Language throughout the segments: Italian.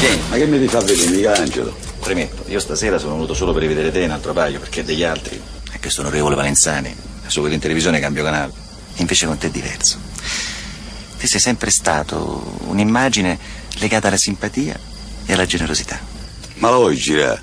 Vieni. Ma che mi ti fa vedere, Michelangelo? Premetto, io stasera sono venuto solo per rivedere te, un altro paio, perché degli altri, è questo onorevole Valenzani, su quello in televisione cambio canale. Invece con te è diverso. Te sei sempre stato un'immagine legata alla simpatia e alla generosità. Ma lo vuoi girare?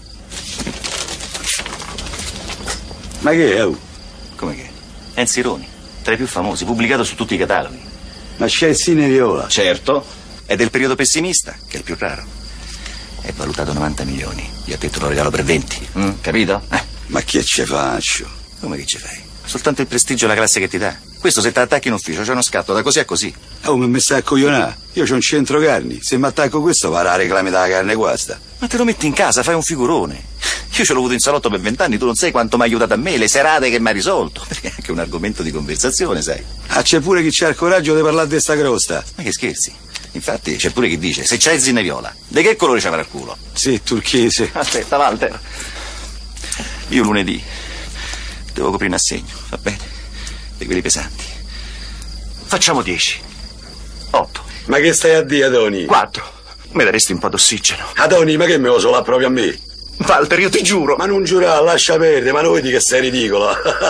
Ma che è? Come che? Enzo Ironi, tra i più famosi, pubblicato su tutti i cataloghi. Ma c'è il Cine Viola. Certo, è del periodo pessimista, che è il più raro. È valutato 90 milioni. Io a te te lo regalo per 20, capito? Ma che ce faccio? Come che ci fai? Soltanto il prestigio e la classe che ti dà. Questo se ti attacchi in ufficio c'è uno scatto da così a così. Oh, ma mi stai a coglionare. Io c'ho un centro carni. Se mi attacco questo va la reclame della carne guasta. Ma te lo metti in casa, fai un figurone. Io ce l'ho avuto in salotto per 20 anni, tu non sai quanto mi ha aiutato a me, le serate che mi ha risolto. Perché è anche un argomento di conversazione, sai. Ah, c'è pure chi c'ha il coraggio di parlare di sta crosta. Ma che scherzi? Infatti c'è pure chi dice, se c'hai il Cine Viola, di che colore c'avrà il culo? Sì, turchese. Aspetta, Walter. Io lunedì devo coprire un assegno, va bene? Di quelli pesanti. Facciamo 10. 8. Ma che stai a dire, Adoni? 4. Mi daresti un po' d'ossigeno. Adoni, ma che me lo so là proprio a me? Walter, io ti giuro. Ma non giurare, lascia perdere, ma non vedi che sei ridicolo.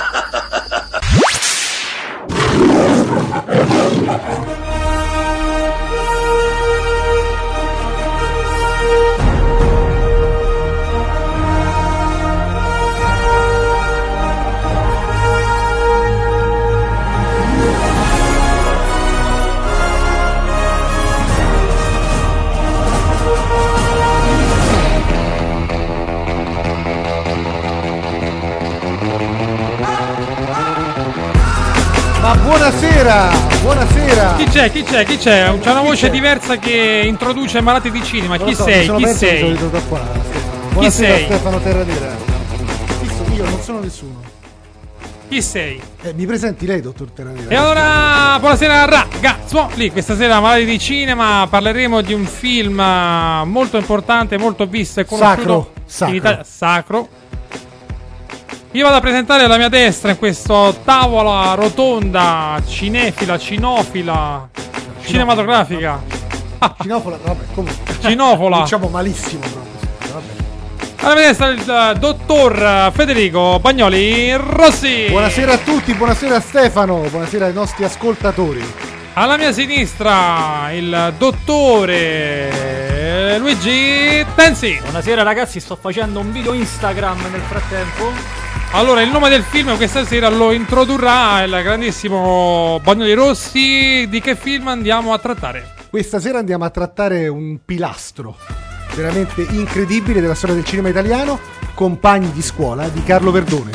Ma buonasera! Chi c'è? C'è una voce diversa che introduce malati di cinema. Chi sei? Buonasera, sei? Stefano Terradera. Io non sono nessuno. Chi sei? Mi presenti lei, dottor Terradera? E allora, buonasera ragazzi. Questa sera malati di cinema parleremo di un film molto importante, molto visto e conosciuto in Italia. Sacro. Io vado a presentare alla mia destra in questa tavola rotonda cinofila cinematografica. Cinofola, vabbè, comunque. Cinofola. Diciamo malissimo proprio. Vabbè. Alla mia destra il dottor Federico Bagnoli Rossi. Buonasera a tutti, buonasera Stefano, buonasera ai nostri ascoltatori. Alla mia sinistra il dottore Luigi Tensi. Buonasera ragazzi, sto facendo un video Instagram nel frattempo. Allora, il nome del film questa sera lo introdurrà il grandissimo Bagnoli Rossi. Di che film andiamo a trattare? Questa sera andiamo a trattare un pilastro veramente incredibile della storia del cinema italiano, Compagni di scuola di Carlo Verdone.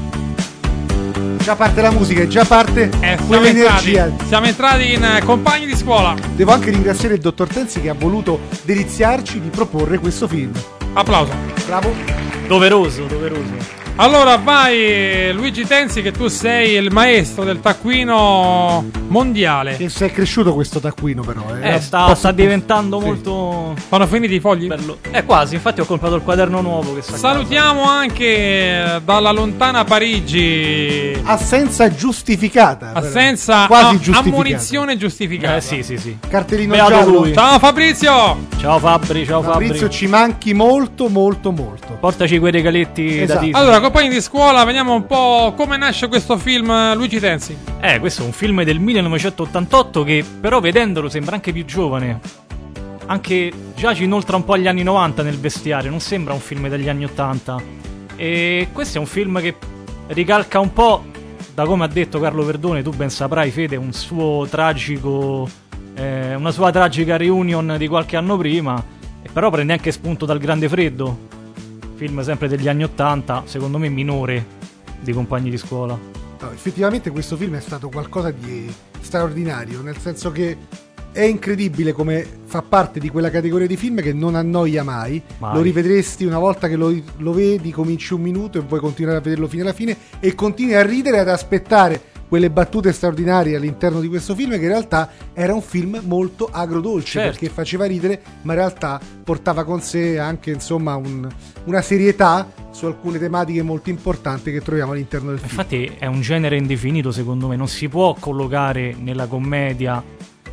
Già parte la musica e già parte quell'energia. Siamo entrati in Compagni di scuola. Devo anche ringraziare il dottor Tensi che ha voluto deliziarci di proporre questo film. Applauso. Bravo. Doveroso. Allora vai Luigi Tensi, che tu sei il maestro del taccuino mondiale. Che sei cresciuto questo taccuino però. Sta diventando molto... Sono finiti i fogli? Bello. Quasi, infatti ho comprato il quaderno nuovo che salutiamo anche dalla lontana Parigi. Assenza giustificata. Assenza quasi giustificata. Ammonizione giustificata. Sì. Cartellino Beato giallo. lui. Ciao Fabrizio. Ciao Fabri. Fabrizio, ci manchi molto. Portaci quei regaletti da Disney. Allora, compagni di scuola, vediamo un po' come nasce questo film, Luigi Tensi. Questo è un film del 1988 che però vedendolo sembra anche più giovane. Anche già ci inoltra un po' agli anni 90 nel vestiario, non sembra un film degli anni 80. E questo è un film che ricalca un po', da come ha detto Carlo Verdone, tu ben saprai Fede, un suo tragico una sua tragica reunion di qualche anno prima, e però prende anche spunto dal Grande Freddo, film sempre degli anni 80, secondo me minore di Compagni di scuola. No, effettivamente questo film è stato qualcosa di straordinario, nel senso che è incredibile come fa parte di quella categoria di film che non annoia mai. Lo rivedresti una volta che lo vedi, cominci un minuto e vuoi continuare a vederlo fino alla fine e continui a ridere e ad aspettare quelle battute straordinarie all'interno di questo film, che in realtà era un film molto agrodolce, certo, perché faceva ridere ma in realtà portava con sé anche insomma una serietà su alcune tematiche molto importanti che troviamo all'interno del film. Infatti è un genere indefinito, secondo me non si può collocare nella commedia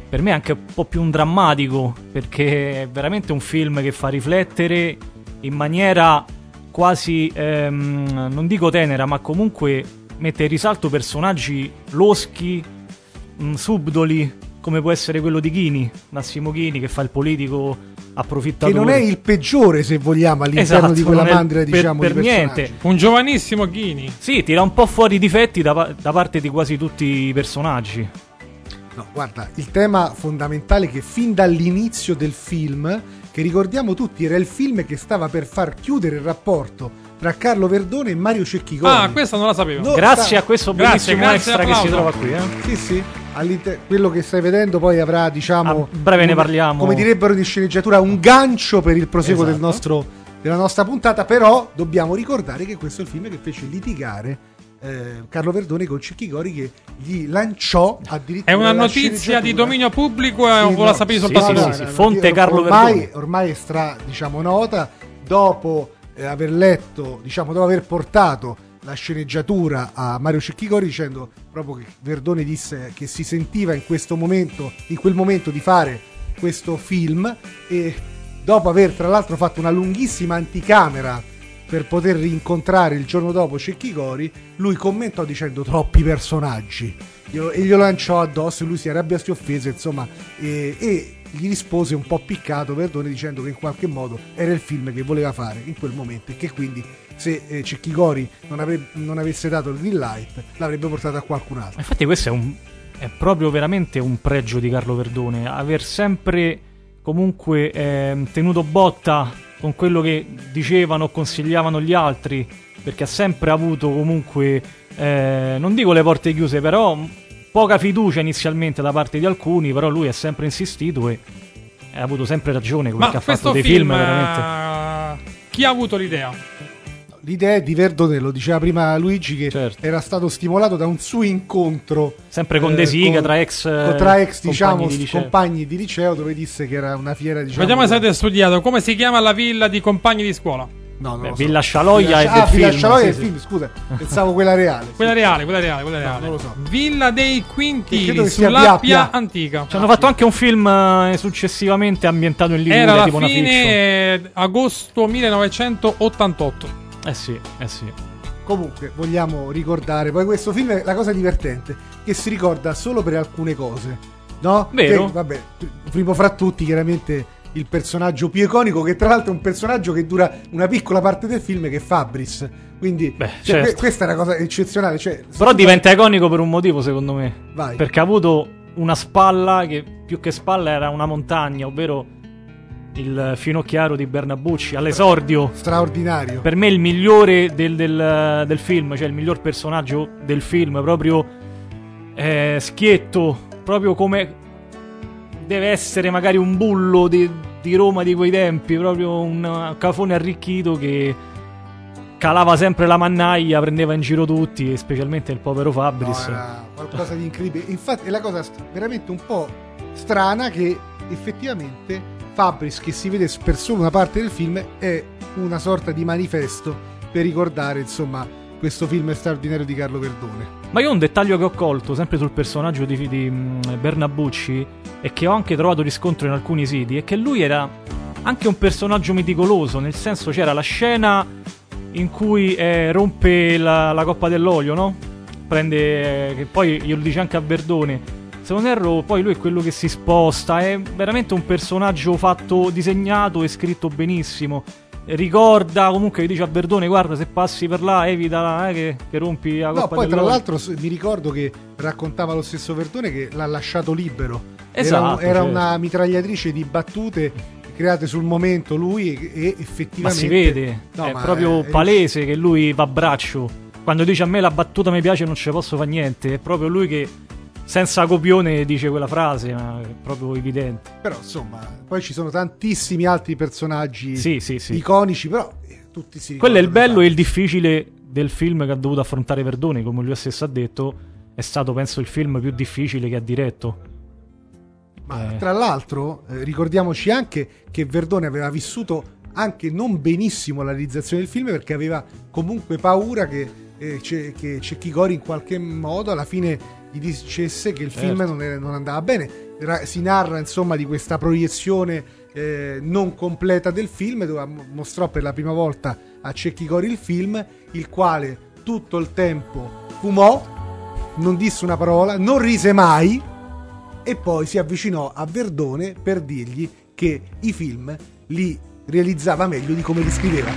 per me è anche un po' più un drammatico, perché è veramente un film che fa riflettere in maniera quasi, non dico tenera, ma comunque mette in risalto personaggi loschi, subdoli, come può essere quello di Ghini, Massimo Ghini, che fa il politico approfittatore. Che non è il peggiore, se vogliamo, all'interno di quella mandria, diciamo, per di niente. Un giovanissimo Ghini. Sì, tira un po' fuori i difetti da parte di quasi tutti i personaggi. No, guarda, il tema fondamentale che fin dall'inizio del film, che ricordiamo tutti, era il film che stava per far chiudere il rapporto tra Carlo Verdone e Mario Cecchigori. Ah, questa non la sapevo. No, Grazie a questo bellissimo grazie, extra applauso. che si trova qui. Sì, sì. Quello che stai vedendo poi avrà, diciamo, a breve ne parliamo, come direbbero di sceneggiatura, un gancio per il proseguo della nostra puntata. Però dobbiamo ricordare che questo è il film che fece litigare Carlo Verdone con Cecchigori, che gli lanciò addirittura. È una la notizia di dominio pubblico sì, o la sapevi soltanto? Sì, fonte Carlo Verdone. Ormai è diciamo, nota, dopo aver letto, diciamo, dopo aver portato la sceneggiatura a Mario Cecchigori, dicendo proprio che Verdone disse che si sentiva in quel momento di fare questo film, e dopo aver tra l'altro fatto una lunghissima anticamera per poter rincontrare il giorno dopo Cecchigori, lui commentò dicendo troppi personaggi, e glielo lanciò addosso, e lui si arrabbia, si offese, insomma, e gli rispose un po' piccato Verdone, dicendo che in qualche modo era il film che voleva fare in quel momento, e che quindi se Cecchigori non avesse dato il green light l'avrebbe portato a qualcun altro. Infatti questo è proprio veramente un pregio di Carlo Verdone, aver sempre comunque tenuto botta con quello che dicevano o consigliavano gli altri, perché ha sempre avuto comunque, non dico le porte chiuse, però poca fiducia inizialmente da parte di alcuni, però lui ha sempre insistito e ha avuto sempre ragione, perché ha fatto dei film veramente. Chi ha avuto l'idea? L'idea è di Verdone, lo diceva prima Luigi, che certo, era stato stimolato da un suo incontro sempre con De Sica, tra ex diciamo compagni di liceo, dove disse che era una fiera, diciamo. Vediamo se avete studiato come si chiama la villa di compagni di scuola. No, non lo so. Villa Scialoia è del Villa film. Scialoia è Sì, il film, scusa, pensavo quella reale. Quella reale. No, non lo so. Villa dei Che Quintili credo che sia sull'Appia Antica. Ci hanno fatto anche un film successivamente ambientato in Liguria, Era la tipo una fiction. fine agosto 1988. Eh sì. Comunque vogliamo ricordare poi questo film, la cosa divertente che si ricorda solo per alcune cose, no? Vero? Che, vabbè, primo fra tutti chiaramente il personaggio più iconico, che tra l'altro è un personaggio che dura una piccola parte del film, che è Fabris, quindi certo, questa è una cosa eccezionale, però diventa iconico per un motivo, secondo me. Vai. Perché ha avuto una spalla che più che spalla era una montagna, ovvero il finocchiaro di Bernabucci all'esordio, straordinario, per me il migliore del film, cioè il miglior personaggio del film, proprio schietto, proprio come deve essere magari un bullo di Roma di quei tempi, proprio un cafone arricchito che calava sempre la mannaia, prendeva in giro tutti, e specialmente il povero Fabris. No, era qualcosa di incredibile. Infatti è la cosa veramente un po' strana, che effettivamente Fabris, che si vede per solo una parte del film, è una sorta di manifesto per ricordare, insomma, questo film straordinario di Carlo Verdone. Ma io un dettaglio che ho colto sempre sul personaggio di Bernabucci, e che ho anche trovato riscontro in alcuni siti, è che lui era anche un personaggio meticoloso, nel senso, c'era la scena in cui rompe la coppa dell'olio, no? Prende, che poi glielo dice anche a Verdone, se non erro, poi lui è quello che si sposta, è veramente un personaggio fatto, disegnato e scritto benissimo. Ricorda comunque, dice a Verdone, guarda, se passi per là evita che rompi la coppa. No, poi dell'olio. tra l'altro mi ricordo che raccontava lo stesso Verdone che l'ha lasciato libero. Esatto, era certo, una mitragliatrice di battute create sul momento lui, e effettivamente... Ma si vede, è proprio palese che lui va a braccio. Quando dice a me la battuta mi piace non ce posso fare niente, è proprio lui che senza copione dice quella frase, ma è proprio evidente. Però insomma, poi ci sono tantissimi altri personaggi sì. iconici, però tutti si ricordano. Quello è il bello e il difficile del film che ha dovuto affrontare Verdone, come lui stesso ha detto, è stato penso il film più difficile che ha diretto. Ma tra l'altro ricordiamoci anche che Verdone aveva vissuto anche non benissimo la realizzazione del film, perché aveva comunque paura che Cecchigori in qualche modo alla fine gli dicesse che il film non andava bene. Si narra insomma di questa proiezione non completa del film, dove mostrò per la prima volta a Cecchi Cori il film, il quale tutto il tempo fumò, non disse una parola, non rise mai, e poi si avvicinò a Verdone per dirgli che i film li realizzava meglio di come li scriveva.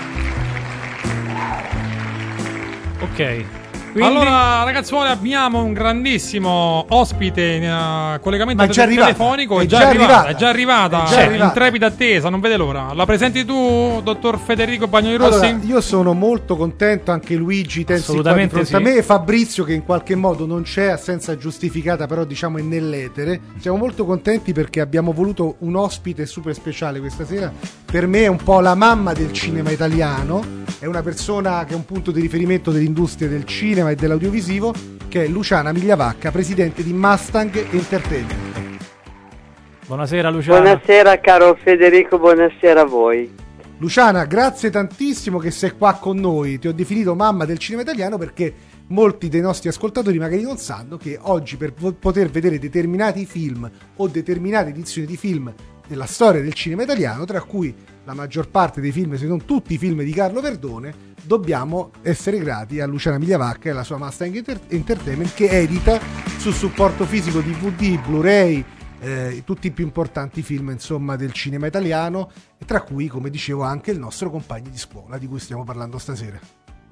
Ok. Quindi... Allora, ragazzuoli, abbiamo un grandissimo ospite in collegamento telefonico. È già arrivata. In trepida attesa, non vede l'ora. La presenti tu, dottor Federico Bagnoli Rossi? Allora, io sono molto contento, anche Luigi Tensi qua di fronte a me, e Fabrizio, che in qualche modo non c'è, assenza giustificata, però diciamo è nell'etere. Siamo molto contenti perché abbiamo voluto un ospite super speciale questa sera. Per me è un po' la mamma del cinema italiano, è una persona che è un punto di riferimento dell'industria del cinema e dell'audiovisivo, che è Luciana Migliavacca, presidente di Mustang Entertainment. Buonasera Luciana. Buonasera caro Federico, buonasera a voi. Luciana, grazie tantissimo che sei qua con noi. Ti ho definito mamma del cinema italiano perché molti dei nostri ascoltatori magari non sanno che oggi, per poter vedere determinati film o determinate edizioni di film della storia del cinema italiano, tra cui la maggior parte dei film, se non tutti i film di Carlo Verdone, dobbiamo essere grati a Luciana Migliavacca e alla sua Mustang Entertainment, che edita su supporto fisico DVD, Blu-ray, tutti i più importanti film insomma del cinema italiano, e tra cui, come dicevo, anche il nostro Compagni di Scuola, di cui stiamo parlando stasera.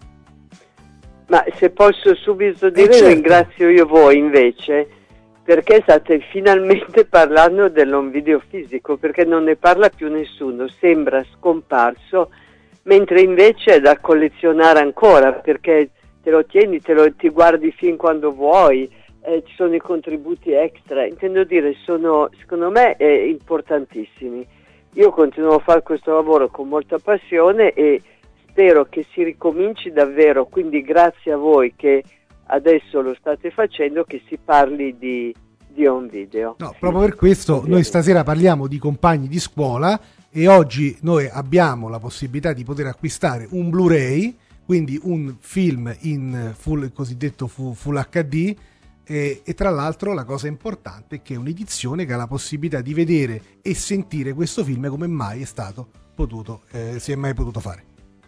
Ma se posso subito dire, certo. Ringrazio io voi invece, perché state finalmente parlando dell'home video fisico, perché non ne parla più nessuno, sembra scomparso, mentre invece è da collezionare ancora, perché te lo tieni, ti guardi fin quando vuoi, ci sono i contributi extra, intendo dire, sono secondo me importantissimi. Io continuo a fare questo lavoro con molta passione e spero che si ricominci davvero, quindi grazie a voi che adesso lo state facendo, che si parli di home video. No, proprio per questo noi stasera parliamo di Compagni di Scuola, e oggi noi abbiamo la possibilità di poter acquistare un Blu-ray, quindi un film in cosiddetto full HD, e tra l'altro la cosa importante è che è un'edizione che ha la possibilità di vedere e sentire questo film come mai si è mai potuto fare.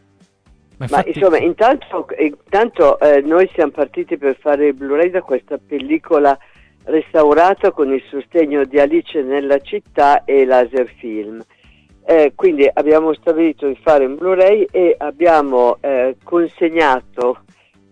Ma insomma, intanto noi siamo partiti per fare il Blu-ray da questa pellicola restaurata con il sostegno di Alice nella città e Laserfilm. Quindi abbiamo stabilito di fare un Blu-ray e abbiamo consegnato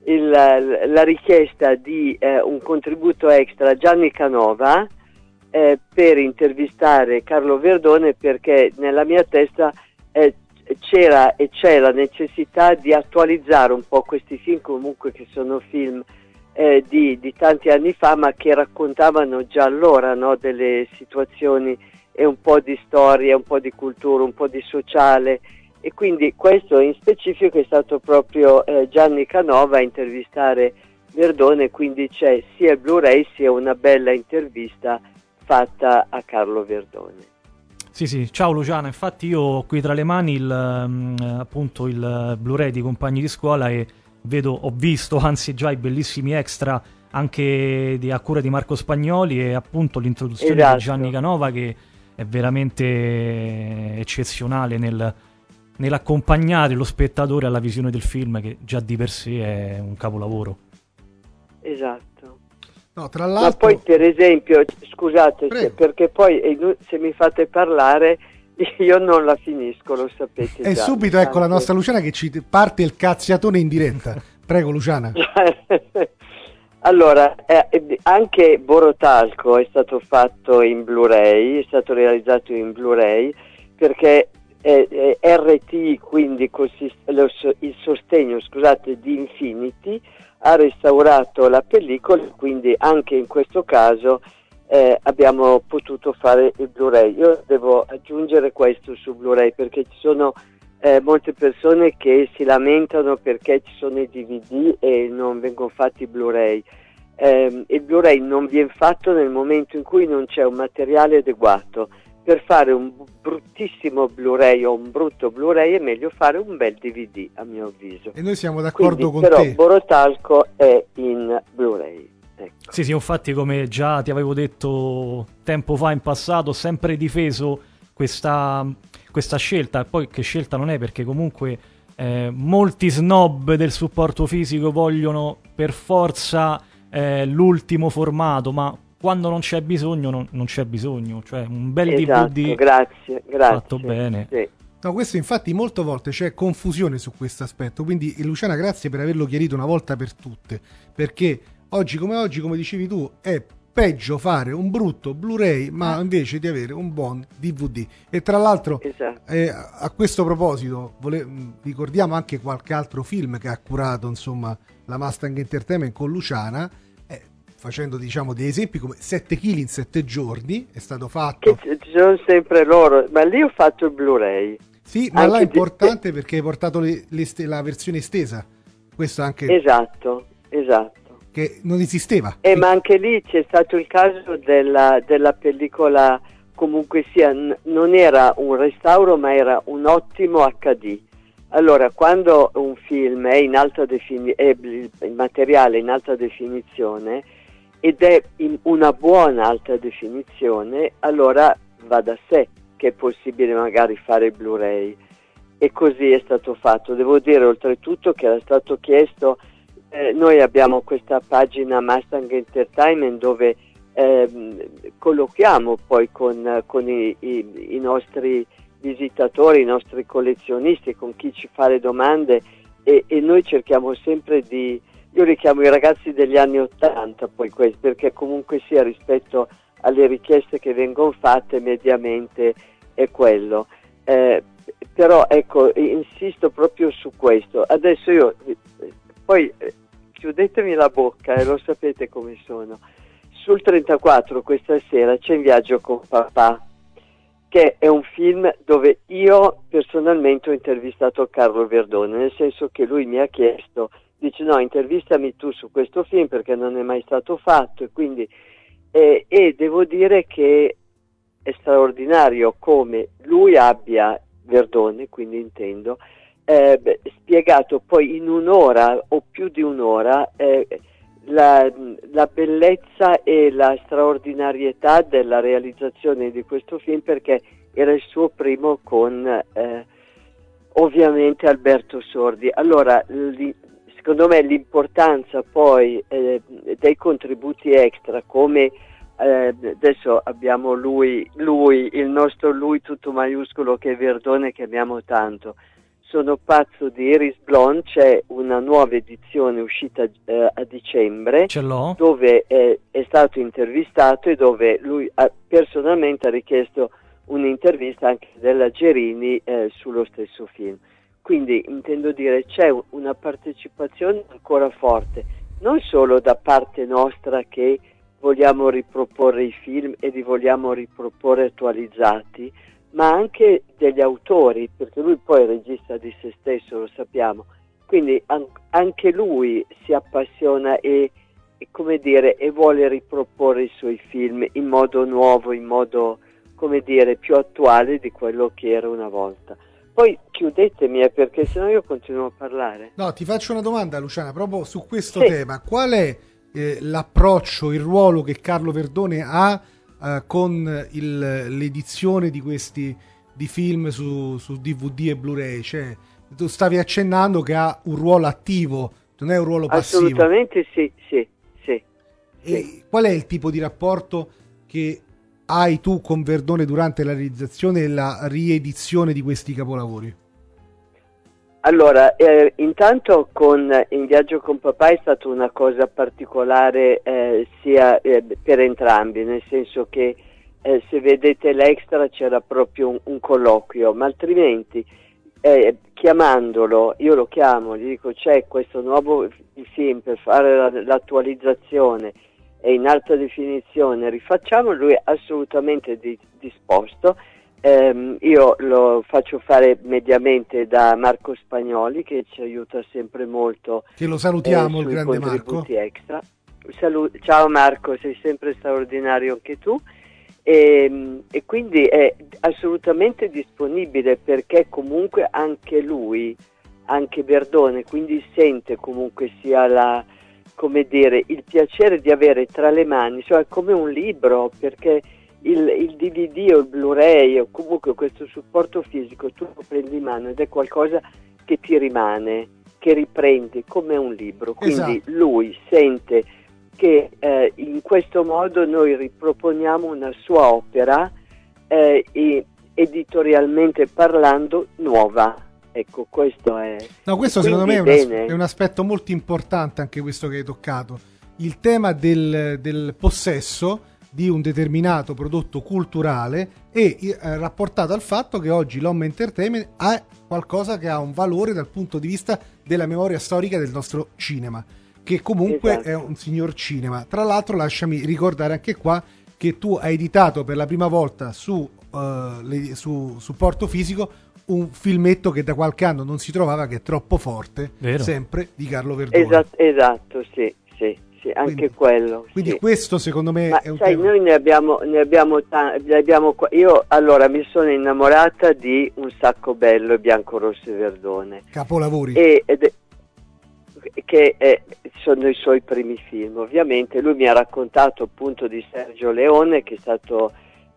la richiesta di un contributo extra a Gianni Canova per intervistare Carlo Verdone, perché nella mia testa c'era e c'è la necessità di attualizzare un po' questi film, comunque che sono film di tanti anni fa, ma che raccontavano già allora, no, delle situazioni e un po' di storia, un po' di cultura, un po' di sociale, e quindi questo in specifico è stato proprio Gianni Canova a intervistare Verdone, quindi c'è sia il Blu-ray sia una bella intervista fatta a Carlo Verdone. Sì, ciao Luciana, infatti io ho qui tra le mani appunto il Blu-ray di Compagni di Scuola e ho visto già i bellissimi extra anche a cura di Marco Spagnoli, e appunto l'introduzione di Gianni Canova, che è veramente eccezionale nell'accompagnare lo spettatore alla visione del film, che già di per sé è un capolavoro. Esatto. No, tra l'altro... Ma poi per esempio, scusate, perché poi se mi fate parlare io non la finisco, lo sapete già. E subito ecco la nostra Luciana che ci parte il cazziatone in diretta. Prego Luciana. Allora, anche Borotalco è stato fatto in Blu-ray, è stato realizzato in Blu-ray, perché RT, quindi il sostegno, di Infinity, ha restaurato la pellicola, quindi anche in questo caso abbiamo potuto fare il Blu-ray. Io devo aggiungere questo su Blu-ray, perché ci sono molte persone che si lamentano perché ci sono i DVD e non vengono fatti i Blu-ray. Il Blu-ray non viene fatto nel momento in cui non c'è un materiale adeguato. Per fare un bruttissimo Blu-ray o un brutto Blu-ray è meglio fare un bel DVD, a mio avviso. E noi siamo d'accordo con te. Però Borotalco è in Blu-ray. Ecco. Sì, infatti, come già ti avevo detto tempo fa in passato, ho sempre difeso questa scelta. Poi che scelta non è, perché comunque molti snob del supporto fisico vogliono per forza l'ultimo formato, ma quando non c'è bisogno non c'è bisogno, cioè un bel DVD grazie fatto bene. Sì. No, questo infatti molte volte c'è confusione su questo aspetto, quindi Luciana, grazie per averlo chiarito una volta per tutte, perché oggi, come dicevi tu, è peggio fare un brutto Blu-ray ma invece di avere un buon DVD. E tra l'altro a questo proposito ricordiamo anche qualche altro film che ha curato, insomma, la Mustang Entertainment con Luciana, facendo diciamo degli esempi come 7 kg in 7 giorni è stato fatto, che ci sono sempre loro, ma lì ho fatto il Blu-ray. Sì, ma là è importante perché hai portato la versione estesa, questo anche esatto che non esisteva. Ma anche lì c'è stato il caso della pellicola, comunque sia, non era un restauro ma era un ottimo HD. Allora, quando un film è in alta il materiale in alta definizione ed è in una buona alta definizione, allora va da sé che è possibile magari fare Blu-ray, e così è stato fatto. Devo dire oltretutto che era stato chiesto, noi abbiamo questa pagina Mustang Entertainment dove colloquiamo poi con i nostri visitatori, i nostri collezionisti, con chi ci fa le domande, e noi cerchiamo sempre io li chiamo i ragazzi degli anni '80 poi questo, perché comunque sia rispetto alle richieste che vengono fatte mediamente è quello, però ecco, insisto proprio su questo. Adesso io poi chiudetemi la bocca, lo sapete come sono. Sul 34 questa sera c'è In viaggio con papà, che è un film dove io personalmente ho intervistato Carlo Verdone, nel senso che lui mi ha chiesto, dice no, intervistami tu su questo film perché non è mai stato fatto, e quindi e devo dire che è straordinario come lui abbia, Verdone quindi intendo, spiegato poi in un'ora o più di un'ora la bellezza e la straordinarietà della realizzazione di questo film, perché era il suo primo con ovviamente Alberto Sordi. Allora secondo me l'importanza poi dei contributi extra, come adesso abbiamo lui, il nostro lui tutto maiuscolo che è Verdone, che amiamo tanto. Sono pazzo di Iris Blonde, c'è una nuova edizione uscita a dicembre, dove è stato intervistato e dove lui personalmente ha richiesto un'intervista anche della Gerini sullo stesso film. Quindi intendo dire c'è una partecipazione ancora forte, non solo da parte nostra che vogliamo riproporre i film e li vogliamo riproporre attualizzati, ma anche degli autori, perché lui poi è regista di se stesso, lo sappiamo, quindi anche lui si appassiona e come dire, e vuole riproporre i suoi film in modo nuovo, in modo, come dire, più attuale di quello che era una volta. Poi chiudetemi, perché sennò io continuo a parlare. No, ti faccio una domanda, Luciana, proprio su questo tema. Qual è l'approccio, il ruolo che Carlo Verdone ha con l'edizione di questi di film su DVD e Blu-ray? Cioè, tu stavi accennando che ha un ruolo attivo, non è un ruolo passivo. Assolutamente sì. E qual è il tipo di rapporto che hai tu con Verdone durante la realizzazione e la riedizione di questi capolavori? Allora, intanto con In viaggio con papà è stata una cosa particolare sia per entrambi, nel senso che se vedete l'extra c'era proprio un colloquio, ma altrimenti chiamandolo, io lo chiamo, gli dico c'è questo nuovo film per fare l'attualizzazione e in alta definizione, rifacciamo, lui è assolutamente disposto. Io lo faccio fare mediamente da Marco Spagnoli, che ci aiuta sempre molto, che lo salutiamo, il grande Marco extra. Ciao Marco, sei sempre straordinario anche tu, e quindi è assolutamente disponibile, perché comunque anche lui, anche Verdone, quindi sente comunque sia come dire, il piacere di avere tra le mani, cioè come un libro, perché il DVD o il Blu-ray o comunque questo supporto fisico tu lo prendi in mano ed è qualcosa che ti rimane, che riprendi come un libro. Quindi lui sente che in questo modo noi riproponiamo una sua opera editorialmente parlando nuova. Ecco, questo è... No, questo secondo me è un aspetto molto importante, anche questo che hai toccato. Il tema del possesso di un determinato prodotto culturale e rapportato al fatto che oggi l'home entertainment ha qualcosa che ha un valore dal punto di vista della memoria storica del nostro cinema, che comunque è un signor cinema. Tra l'altro lasciami ricordare anche qua che tu hai editato per la prima volta su supporto fisico un filmetto che da qualche anno non si trovava, che è Troppo forte, sempre di Carlo Verdone. Esatto, sì, anche quindi, quello. Quindi questo secondo me è un tema. Noi ne abbiamo io allora mi sono innamorata di Un sacco bello e Bianco, rosso e verdone. Capolavori. Che sono i suoi primi film. Ovviamente lui mi ha raccontato appunto di Sergio Leone, che è stato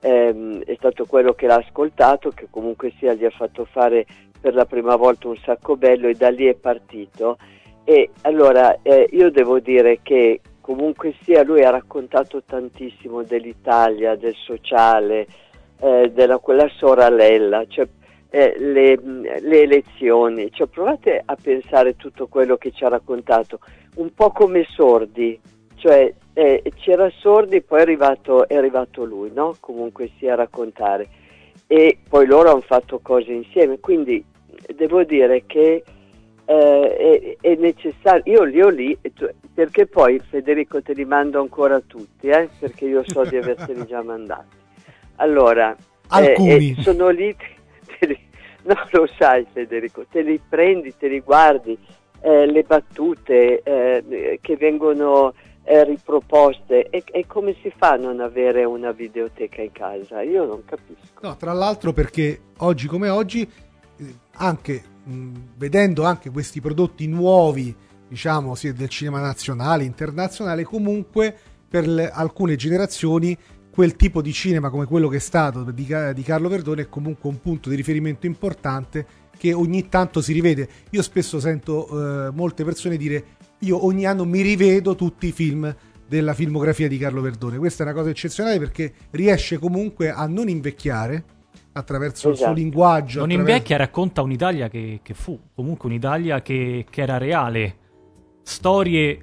quello che l'ha ascoltato, che comunque sia gli ha fatto fare per la prima volta Un sacco bello, e da lì è partito. E allora io devo dire che comunque sia lui ha raccontato tantissimo dell'Italia, del sociale, della quella soralella, cioè le elezioni, cioè provate a pensare tutto quello che ci ha raccontato, un po' come Sordi, cioè c'era Sordi, poi è arrivato lui, no? Comunque sia a raccontare, e poi loro hanno fatto cose insieme, quindi devo dire che è necessario. Io li ho lì perché poi, Federico, te li mando ancora tutti, perché io so di averteli già mandati. Allora, alcuni sono lì, no, lo sai Federico, te li prendi, te li guardi, le battute che vengono riproposte, e come si fa a non avere una videoteca in casa? Io non capisco. No, tra l'altro perché oggi come oggi, anche vedendo anche questi prodotti nuovi, diciamo, sia del cinema nazionale, internazionale, comunque per alcune generazioni quel tipo di cinema come quello che è stato di Carlo Verdone è comunque un punto di riferimento importante che ogni tanto si rivede. Io spesso sento molte persone dire: io ogni anno mi rivedo tutti i film della filmografia di Carlo Verdone. Questa è una cosa eccezionale perché riesce comunque a non invecchiare attraverso il suo linguaggio. Non invecchia, racconta un'Italia che fu comunque un'Italia che era reale, storie.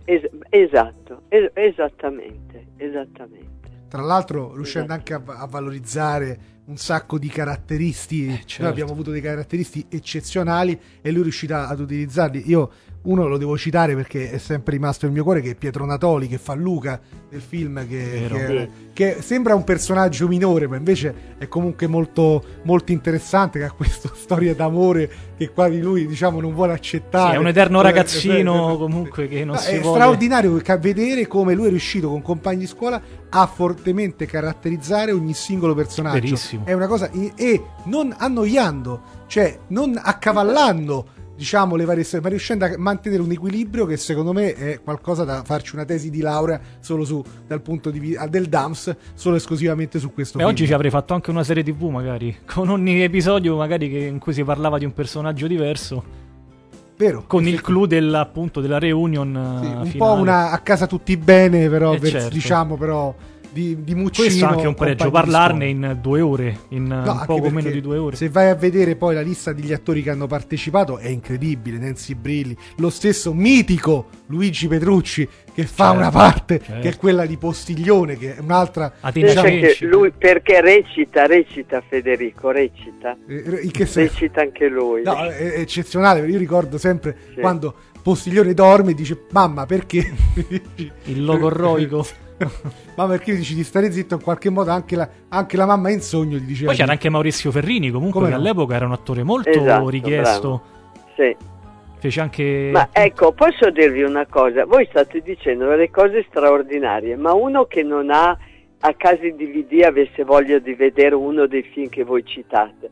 Esattamente. Tra l'altro riuscendo anche a valorizzare un sacco di caratteristi. Certo. Noi abbiamo avuto dei caratteristi eccezionali e lui è riuscito ad utilizzarli. Io uno lo devo citare perché è sempre rimasto nel mio cuore, che è Pietro Natoli, che fa Luca del film, che sembra un personaggio minore ma invece è comunque molto, molto interessante, che ha questa storia d'amore che qua di lui, diciamo, non vuole accettare. Sì, è un eterno ragazzino comunque che non si è vuole. È straordinario vedere come lui è riuscito con compagni di scuola a fortemente caratterizzare ogni singolo personaggio. Verissimo. È una cosa, e non annoiando, cioè non accavallando, diciamo, le varie storie, ma riuscendo a mantenere un equilibrio che secondo me è qualcosa da farci una tesi di laurea solo dal punto di vista del DAMS, solo esclusivamente su questo film. Oggi ci avrei fatto anche una serie TV magari, con ogni episodio magari in cui si parlava di un personaggio diverso. Vero. Con il clou della reunion, sì, un finale. Po' una a casa tutti bene, però certo. Diciamo però di Muccino. Questo è anche un pregio, parlarne in 2 ore, in poco meno di 2 ore. Se vai a vedere poi la lista degli attori che hanno partecipato è incredibile. Nancy Brilli, lo stesso mitico Luigi Petrucci che fa una parte che è quella di Postiglione, che è un'altra, lui perché recita Federico, recita anche lui. No, è eccezionale. Io ricordo sempre quando Postiglione dorme e dice: mamma, perché? Il logorroico. Ma perché dici di stare zitto? In qualche modo anche la mamma in sogno gli diceva. Poi c'era anche Maurizio Ferrini, comunque, che all'epoca era un attore molto richiesto. Bravo. Sì. Fece anche. Ma ecco, posso dirvi una cosa? Voi state dicendo delle cose straordinarie, ma uno che non ha a casa in DVD avesse voglia di vedere uno dei film che voi citate,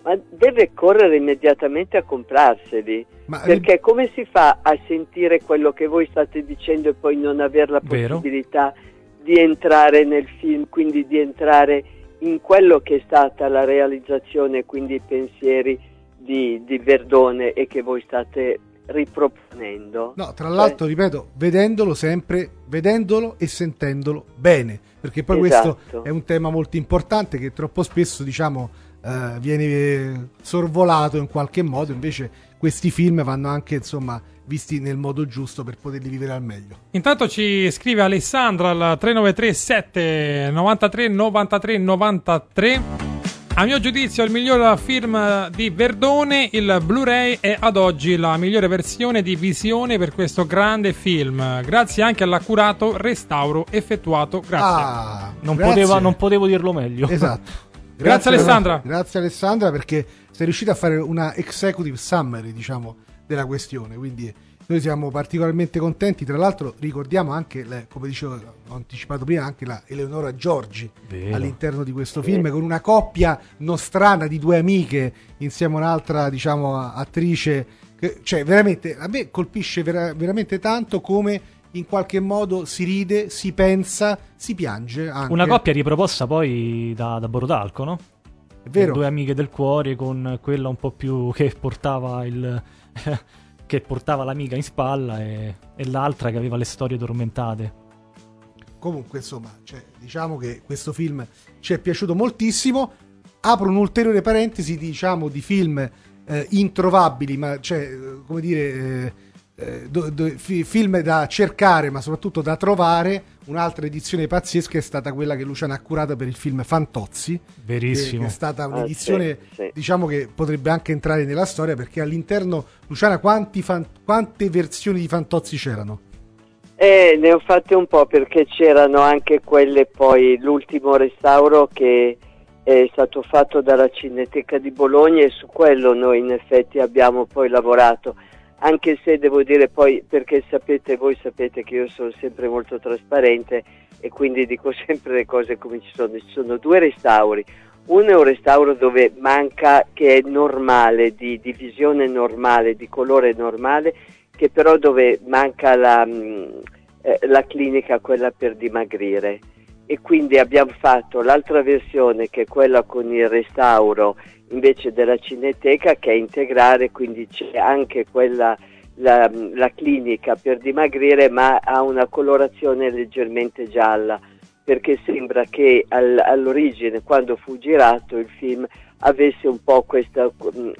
ma deve correre immediatamente a comprarseli, perché come si fa a sentire quello che voi state dicendo e poi non avere la possibilità di entrare nel film, quindi di entrare in quello che è stata la realizzazione, quindi i pensieri di Verdone e che voi state riproponendo? No, tra l'altro, ripeto, vedendolo e sentendolo bene, perché poi questo è un tema molto importante che troppo spesso, diciamo, viene sorvolato in qualche modo. Invece questi film vanno anche, insomma, visti nel modo giusto per poterli vivere al meglio. Intanto ci scrive Alessandra al 393 7 93 93 93: a mio giudizio il miglior film di Verdone, il Blu-ray è ad oggi la migliore versione di visione per questo grande film, grazie anche all'accurato restauro effettuato. Grazie. Non potevo dirlo meglio. Esatto. Grazie Alessandra. Grazie Alessandra, perché sei riuscita a fare una executive summary, diciamo, della questione, quindi noi siamo particolarmente contenti. Tra l'altro ricordiamo anche, come dicevo, ho anticipato prima, anche la Eleonora Giorgi all'interno di questo film, con una coppia nostrana di due amiche insieme a un'altra, diciamo, attrice che, cioè, veramente a me colpisce veramente tanto come in qualche modo si ride, si pensa, si piange anche. Una coppia riproposta poi da Borotalco, no? È vero. Due amiche del cuore, con quella un po' più che portava che portava l'amica in spalla e l'altra che aveva le storie tormentate. Comunque, insomma, diciamo che questo film ci è piaciuto moltissimo. Apro un'ulteriore parentesi, diciamo, di film introvabili, ma come dire, film da cercare, ma soprattutto da trovare. Un'altra edizione pazzesca è stata quella che Luciana ha curato per il film Fantozzi. Verissimo. Che è stata un'edizione, diciamo, che potrebbe anche entrare nella storia, perché all'interno, Luciana, quante versioni di Fantozzi c'erano? Ne ho fatte un po', perché c'erano anche quelle, poi l'ultimo restauro che è stato fatto dalla Cineteca di Bologna, e su quello noi in effetti abbiamo poi lavorato. Anche se devo dire poi, perché voi sapete che io sono sempre molto trasparente e quindi dico sempre le cose come ci sono. Ci sono due restauri. Uno è un restauro dove manca, che è normale, di visione normale, di colore normale, che però dove manca la clinica, quella per dimagrire. E quindi abbiamo fatto l'altra versione, che è quella con il restauro invece della Cineteca, che è integrale, quindi c'è anche quella, la clinica per dimagrire, ma ha una colorazione leggermente gialla, perché sembra che all'origine, quando fu girato il film, avesse un po' questa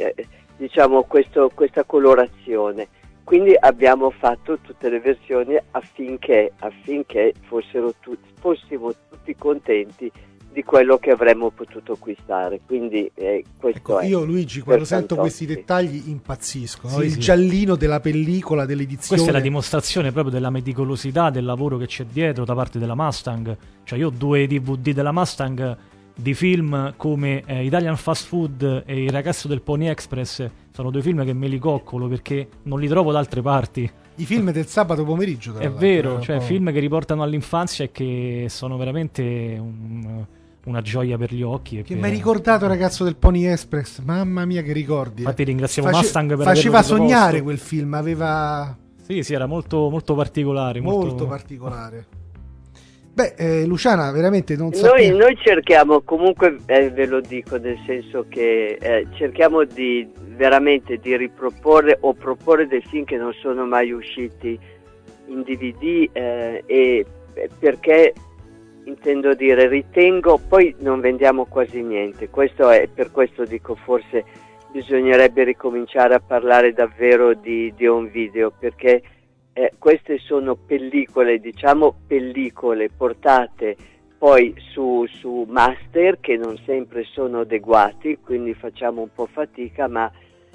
colorazione. Quindi abbiamo fatto tutte le versioni affinché fossimo tutti contenti di quello che avremmo potuto acquistare. Quindi questo io, Luigi, quando sento questi dettagli impazzisco, no? Il giallino della pellicola, dell'edizione. Questa è la dimostrazione proprio della meticolosità del lavoro che c'è dietro da parte della Mustang. Cioè, io ho 2 DVD della Mustang di film come Italian Fast Food e Il ragazzo del Pony Express. Sono 2 film che me li coccolo perché non li trovo da altre parti. I film del sabato pomeriggio, tra l'altro. È vero, cioè film che riportano all'infanzia e che sono veramente una gioia per gli occhi. Che mi hai ricordato, Ragazzo del Pony Express, mamma mia che ricordi. Infatti ringraziamo Mustang per faceva sognare quel film, aveva... Sì, era molto, molto particolare. Molto particolare. Beh, Luciana, veramente non sappiamo... Noi cerchiamo, comunque ve lo dico, nel senso che cerchiamo di veramente di riproporre o proporre dei film che non sono mai usciti in DVD, e perché, intendo dire, ritengo, poi non vendiamo quasi niente, per questo dico, forse bisognerebbe ricominciare a parlare davvero di home video, perché queste sono pellicole portate poi su master che non sempre sono adeguati, quindi facciamo un po' fatica, ma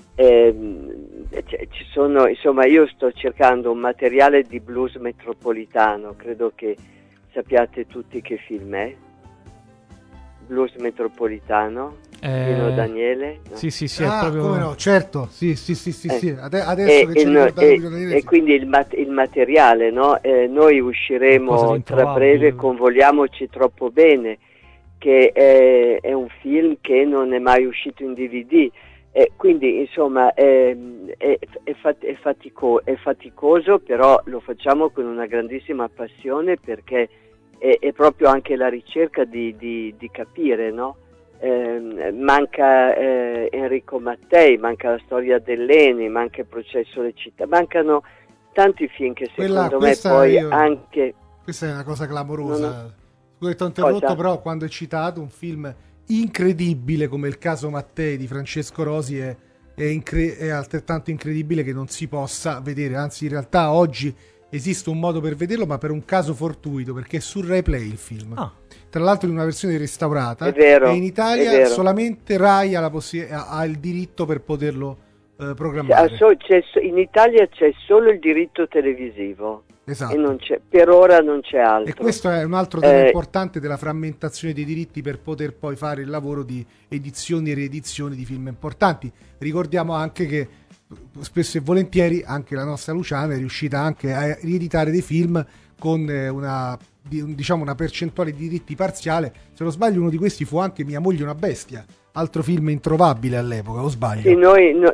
ci sono, insomma, io sto cercando un materiale di blues metropolitano, credo che sappiate tutti che film è. Blues metropolitano, Pino Daniele, no? Sì, è proprio... come no, certo, sì. Adesso che ci ricordiamo e quindi il materiale, no? Noi usciremo tra breve con Vogliamoci troppo bene, che è un film che non è mai uscito in DVD, quindi insomma è faticoso, però lo facciamo con una grandissima passione, perché è proprio anche la ricerca di capire, no? Manca Enrico Mattei, manca la storia dell'Eni, manca il processo alle città, mancano tanti film che secondo me poi anche... Questa è una cosa clamorosa. Scusa, ti ho interrotto, però quando hai citato un film incredibile come Il caso Mattei di Francesco Rosi è altrettanto incredibile che non si possa vedere, anzi in realtà oggi esiste un modo per vederlo, ma per un caso fortuito, perché è su Rai Play il film. Tra l'altro in una versione restaurata, è vero, e in Italia solamente Rai ha il diritto per poterlo programmare. In Italia c'è solo il diritto televisivo. Esatto. E per ora non c'è altro. E questo è un altro tema importante della frammentazione dei diritti per poter poi fare il lavoro di edizioni e riedizioni di film importanti. Ricordiamo anche che spesso e volentieri anche la nostra Luciana è riuscita anche a rieditare dei film con una percentuale di diritti parziale. Se non sbaglio, uno di questi fu anche Mia moglie una bestia, altro film introvabile all'epoca, o sbaglio? Sì,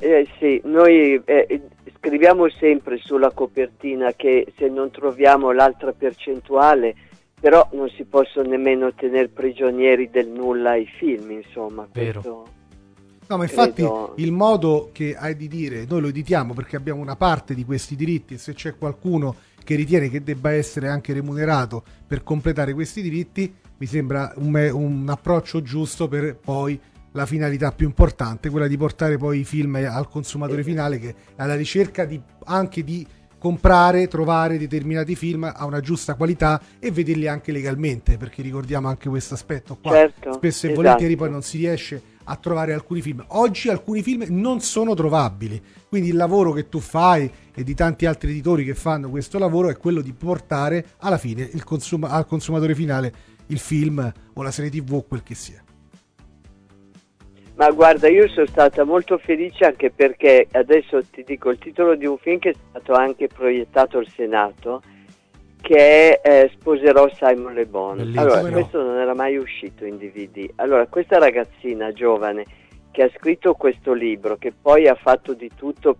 noi scriviamo sempre sulla copertina che se non troviamo l'altra percentuale, però non si possono nemmeno tenere prigionieri del nulla i film, insomma. Vero. No, ma infatti il modo che hai di dire, noi lo editiamo perché abbiamo una parte di questi diritti, e se c'è qualcuno che ritiene che debba essere anche remunerato per completare questi diritti, mi sembra un approccio giusto per poi la finalità più importante, quella di portare poi i film al consumatore finale, che è alla ricerca anche di comprare, trovare determinati film a una giusta qualità e vederli anche legalmente, perché ricordiamo anche questo aspetto qua. Certo, spesso e volentieri poi non si riesce a trovare alcuni film. Oggi alcuni film non sono trovabili, quindi il lavoro che tu fai e di tanti altri editori che fanno questo lavoro è quello di portare alla fine al consumatore finale il film o la serie TV o quel che sia. Ma guarda, io sono stata molto felice anche perché adesso ti dico il titolo di un film che è stato anche proiettato al Senato, che è Sposerò Simon Le Bon. Allora, questo non era mai uscito in DVD. Allora, questa ragazzina giovane che ha scritto questo libro, che poi ha fatto di tutto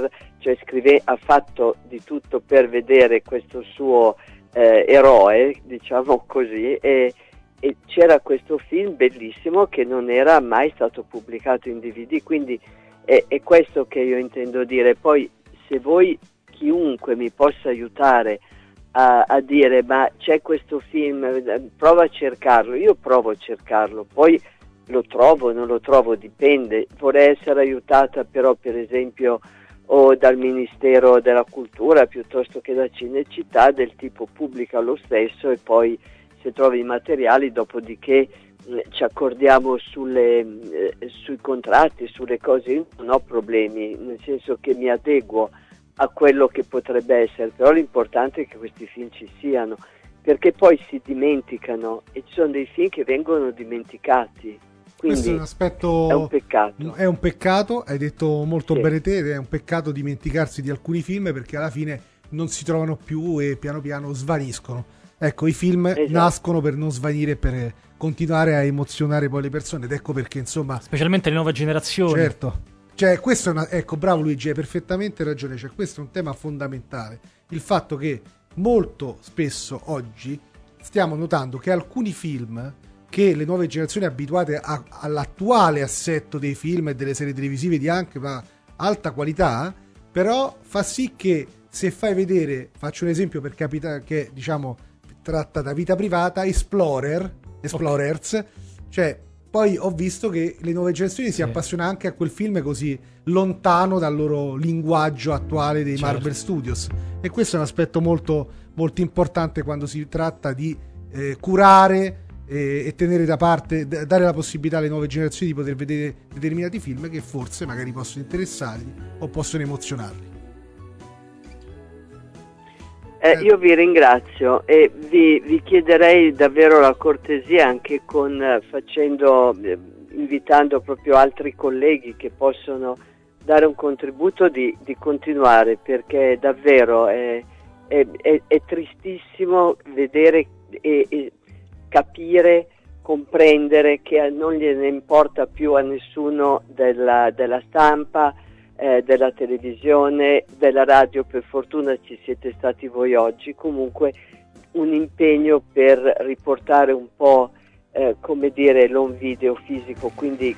ha fatto di tutto per vedere questo suo eroe, diciamo così, e c'era questo film bellissimo che non era mai stato pubblicato in DVD, quindi è questo che io intendo dire. Poi se voi, chiunque mi possa aiutare a dire ma c'è questo film, prova a cercarlo, io provo a cercarlo, poi lo trovo, non lo trovo, dipende. Vorrei essere aiutata però per esempio o dal Ministero della Cultura piuttosto che da Cinecittà, del tipo pubblica lo stesso e poi se trovi i materiali, dopodiché ci accordiamo sui contratti, sulle cose. Io non ho problemi, nel senso che mi adeguo a quello che potrebbe essere, però l'importante è che questi film ci siano, perché poi si dimenticano e ci sono dei film che vengono dimenticati. Quindi questo è un aspetto, è un peccato. È un peccato, hai detto molto sì. bene te, è un peccato dimenticarsi di alcuni film perché alla fine non si trovano più e piano piano svaniscono. Ecco, i film nascono per non svanire, per continuare a emozionare poi le persone, ed ecco perché insomma, specialmente le nuove generazioni. Certo, cioè questo è ecco, bravo Luigi, hai perfettamente ragione, cioè questo è un tema fondamentale, il fatto che molto spesso oggi stiamo notando che alcuni film che le nuove generazioni abituate all'attuale assetto dei film e delle serie televisive di anche una alta qualità, però fa sì che se fai vedere, faccio un esempio per capire che diciamo tratta da vita privata, Explorers, cioè poi ho visto che le nuove generazioni si appassionano anche a quel film così lontano dal loro linguaggio attuale dei Marvel Studios, e questo è un aspetto molto, molto importante quando si tratta di curare e tenere da parte, dare la possibilità alle nuove generazioni di poter vedere determinati film che forse magari possono interessarli o possono emozionarli. Io vi ringrazio e vi chiederei davvero la cortesia anche invitando proprio altri colleghi che possono dare un contributo di continuare, perché davvero è tristissimo vedere e capire comprendere che non gliene importa più a nessuno della stampa, della televisione, della radio. Per fortuna ci siete stati voi oggi. Comunque un impegno per riportare un po' come dire l'home video fisico, quindi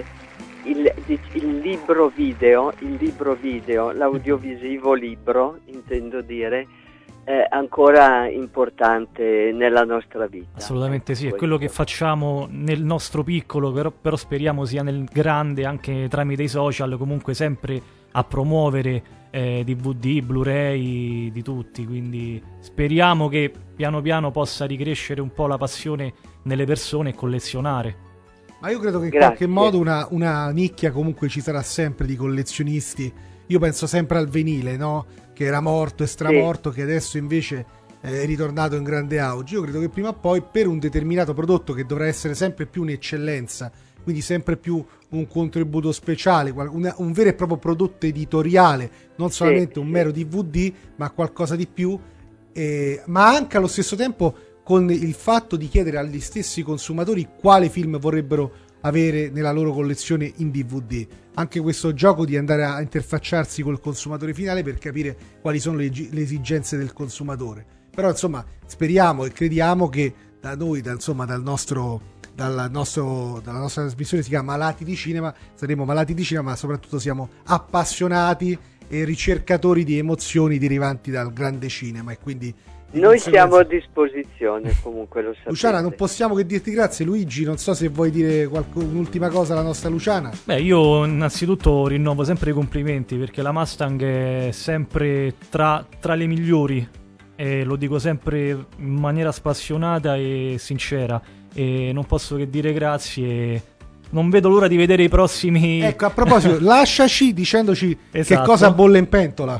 il libro video, l'audiovisivo libro, intendo dire, ancora importante nella nostra vita. Assolutamente sì, è quello che facciamo nel nostro piccolo, però speriamo sia nel grande, anche tramite i social, comunque sempre a promuovere DVD, Blu-ray di tutti, quindi speriamo che piano piano possa ricrescere un po' la passione nelle persone e collezionare. Ma io credo che in qualche modo una nicchia comunque ci sarà sempre di collezionisti. Io penso sempre al vinile, no? Che era morto e stramorto, che adesso invece è ritornato in grande auge. Io credo che prima o poi per un determinato prodotto che dovrà essere sempre più un'eccellenza, quindi sempre più un contributo speciale, un vero e proprio prodotto editoriale, non solamente un mero DVD, ma qualcosa di più, ma anche allo stesso tempo con il fatto di chiedere agli stessi consumatori quale film vorrebbero avere nella loro collezione in DVD. Anche questo gioco di andare a interfacciarsi col consumatore finale per capire quali sono le esigenze del consumatore. Però insomma speriamo e crediamo che da noi, dalla nostra trasmissione, si chiama Malati di Cinema, saremo malati di cinema, ma soprattutto siamo appassionati e ricercatori di emozioni derivanti dal grande cinema, e quindi noi siamo a disposizione, comunque lo sapete. Luciana, non possiamo che dirti grazie. Luigi, non so se vuoi dire un'ultima cosa alla nostra Luciana. Beh, io innanzitutto rinnovo sempre i complimenti, perché la Mustang è sempre tra le migliori, e lo dico sempre in maniera spassionata e sincera, e non posso che dire grazie. Non vedo l'ora di vedere i prossimi. Ecco, a proposito, lasciaci dicendoci che cosa bolle in pentola.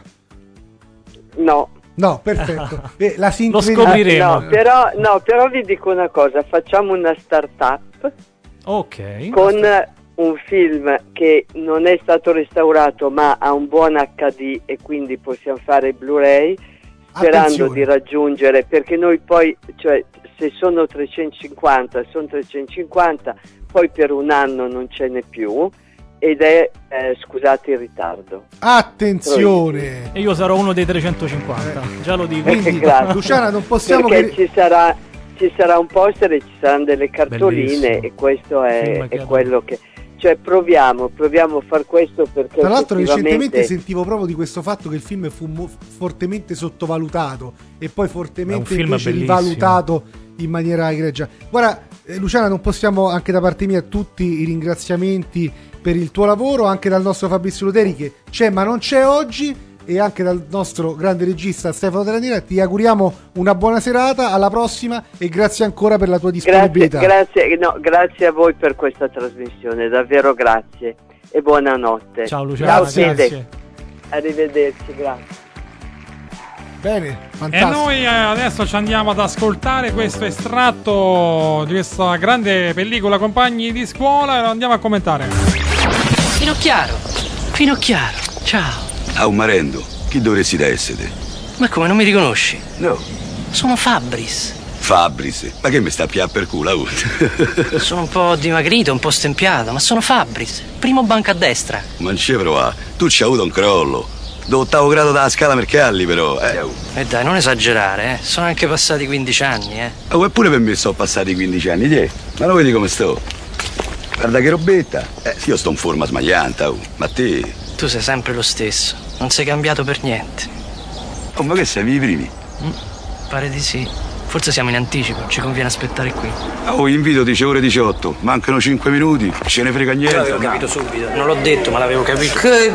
No, perfetto. La lo scopriremo. Però vi dico una cosa, facciamo una start-up. Ok. Con un film che non è stato restaurato ma ha un buon HD, e quindi possiamo fare Blu-ray, sperando di raggiungere, perché noi poi, cioè, se sono 350, poi per un anno non ce n'è più. Ed è, scusate il ritardo. Attenzione! E io sarò uno dei 350, già lo dico. Quindi, Luciana, non possiamo perché ci sarà un poster e ci saranno delle cartoline. Bellissimo. E questo è quello che... Cioè proviamo a far questo, perché tra l'altro recentemente sentivo proprio di questo fatto che il film fu fortemente sottovalutato e poi fortemente invece rivalutato in maniera egregia. Guarda, Luciana, non possiamo, anche da parte mia, tutti i ringraziamenti per il tuo lavoro, anche dal nostro Fabrizio Luteri, che c'è ma non c'è oggi, e anche dal nostro grande regista Stefano Terranera. Ti auguriamo una buona serata, alla prossima, e grazie ancora per la tua disponibilità. Grazie a voi per questa trasmissione, davvero grazie, e buonanotte. Ciao Luciano, grazie. Arrivederci, grazie. Bene, fantastico. E noi adesso ci andiamo ad ascoltare questo estratto di questa grande pellicola Compagni di scuola, e lo andiamo a commentare. Finocchiaro, ciao. A un marendo, chi dovresti da essere? Ma come, non mi riconosci? No. Sono Fabris. Ma che mi sta a pià per culo? Sono un po' dimagrito, un po' stempiato, ma sono Fabris, primo banco a destra. Ma non ci prova, tu ci hai avuto un crollo. D'8° grado dalla scala Mercalli, però. Dai, non esagerare, sono anche passati 15 anni, Eppure per me sono passati 15 anni, ma lo vedi come sto? Guarda che robetta. Io sto in forma smaglianta, ma te... Tu sei sempre lo stesso, non sei cambiato per niente. Ma che sei i primi? Pare di sì. Forse siamo in anticipo, ci conviene aspettare qui. Invito dice ore 18, mancano 5 minuti, ce ne frega niente. L'avevo capito subito, non l'ho detto, ma l'avevo capito. Che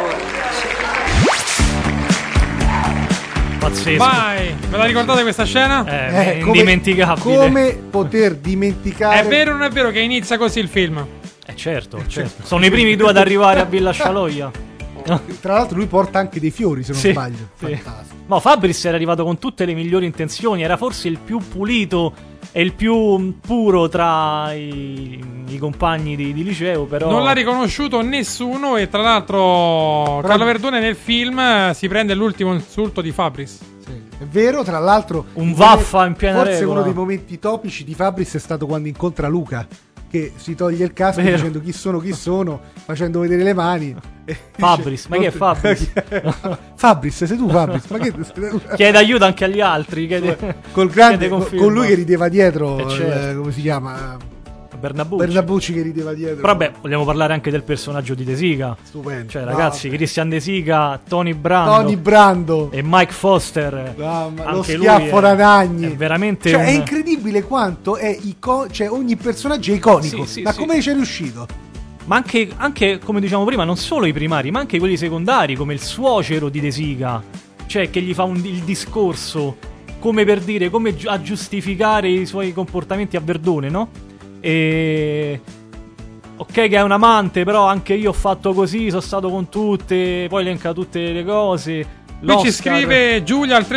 pazzesco. Vai, ve la ricordate questa scena? Indimenticabile. Come poter dimenticare? È vero o non è vero che inizia così il film? Certo. Sono i primi due ad arrivare a Villa Scialoia. Tra l'altro lui porta anche dei fiori, se non sbaglio. Fantastico. No, Fabris era arrivato con tutte le migliori intenzioni, era forse il più pulito e il più puro tra i compagni di liceo, però non l'ha riconosciuto nessuno, e tra l'altro Carlo Verdone nel film si prende l'ultimo insulto di Fabris. Sì. È vero, tra l'altro un vaffa in piena forse regola. Uno dei momenti topici di Fabris è stato quando incontra Luca, che si toglie il casco dicendo chi sono, facendo vedere le mani. Fabris, ma chi è Fabris? Fabris, sei tu Fabris? Ma che chiede aiuto anche agli altri, con lui che rideva dietro, certo. Come si chiama? Bernabucci che rideva dietro. Però vabbè, vogliamo parlare anche del personaggio di De Sica. Stupendo. Cioè, ragazzi, Christian De Sica, Tony Brando e Mike Foster. Lo schiaffo da Nagni. È veramente è incredibile quanto è cioè ogni personaggio è iconico. Ma come ci è riuscito? Ma anche, come diciamo prima, non solo i primari, ma anche quelli secondari, come il suocero di De Sica. Cioè, che gli fa il discorso come per dire, come a giustificare i suoi comportamenti a Verdone, no? E ok che è un amante, però anche io ho fatto così, sono stato con tutte, poi elenca tutte le cose. Qui ci scrive Giulia al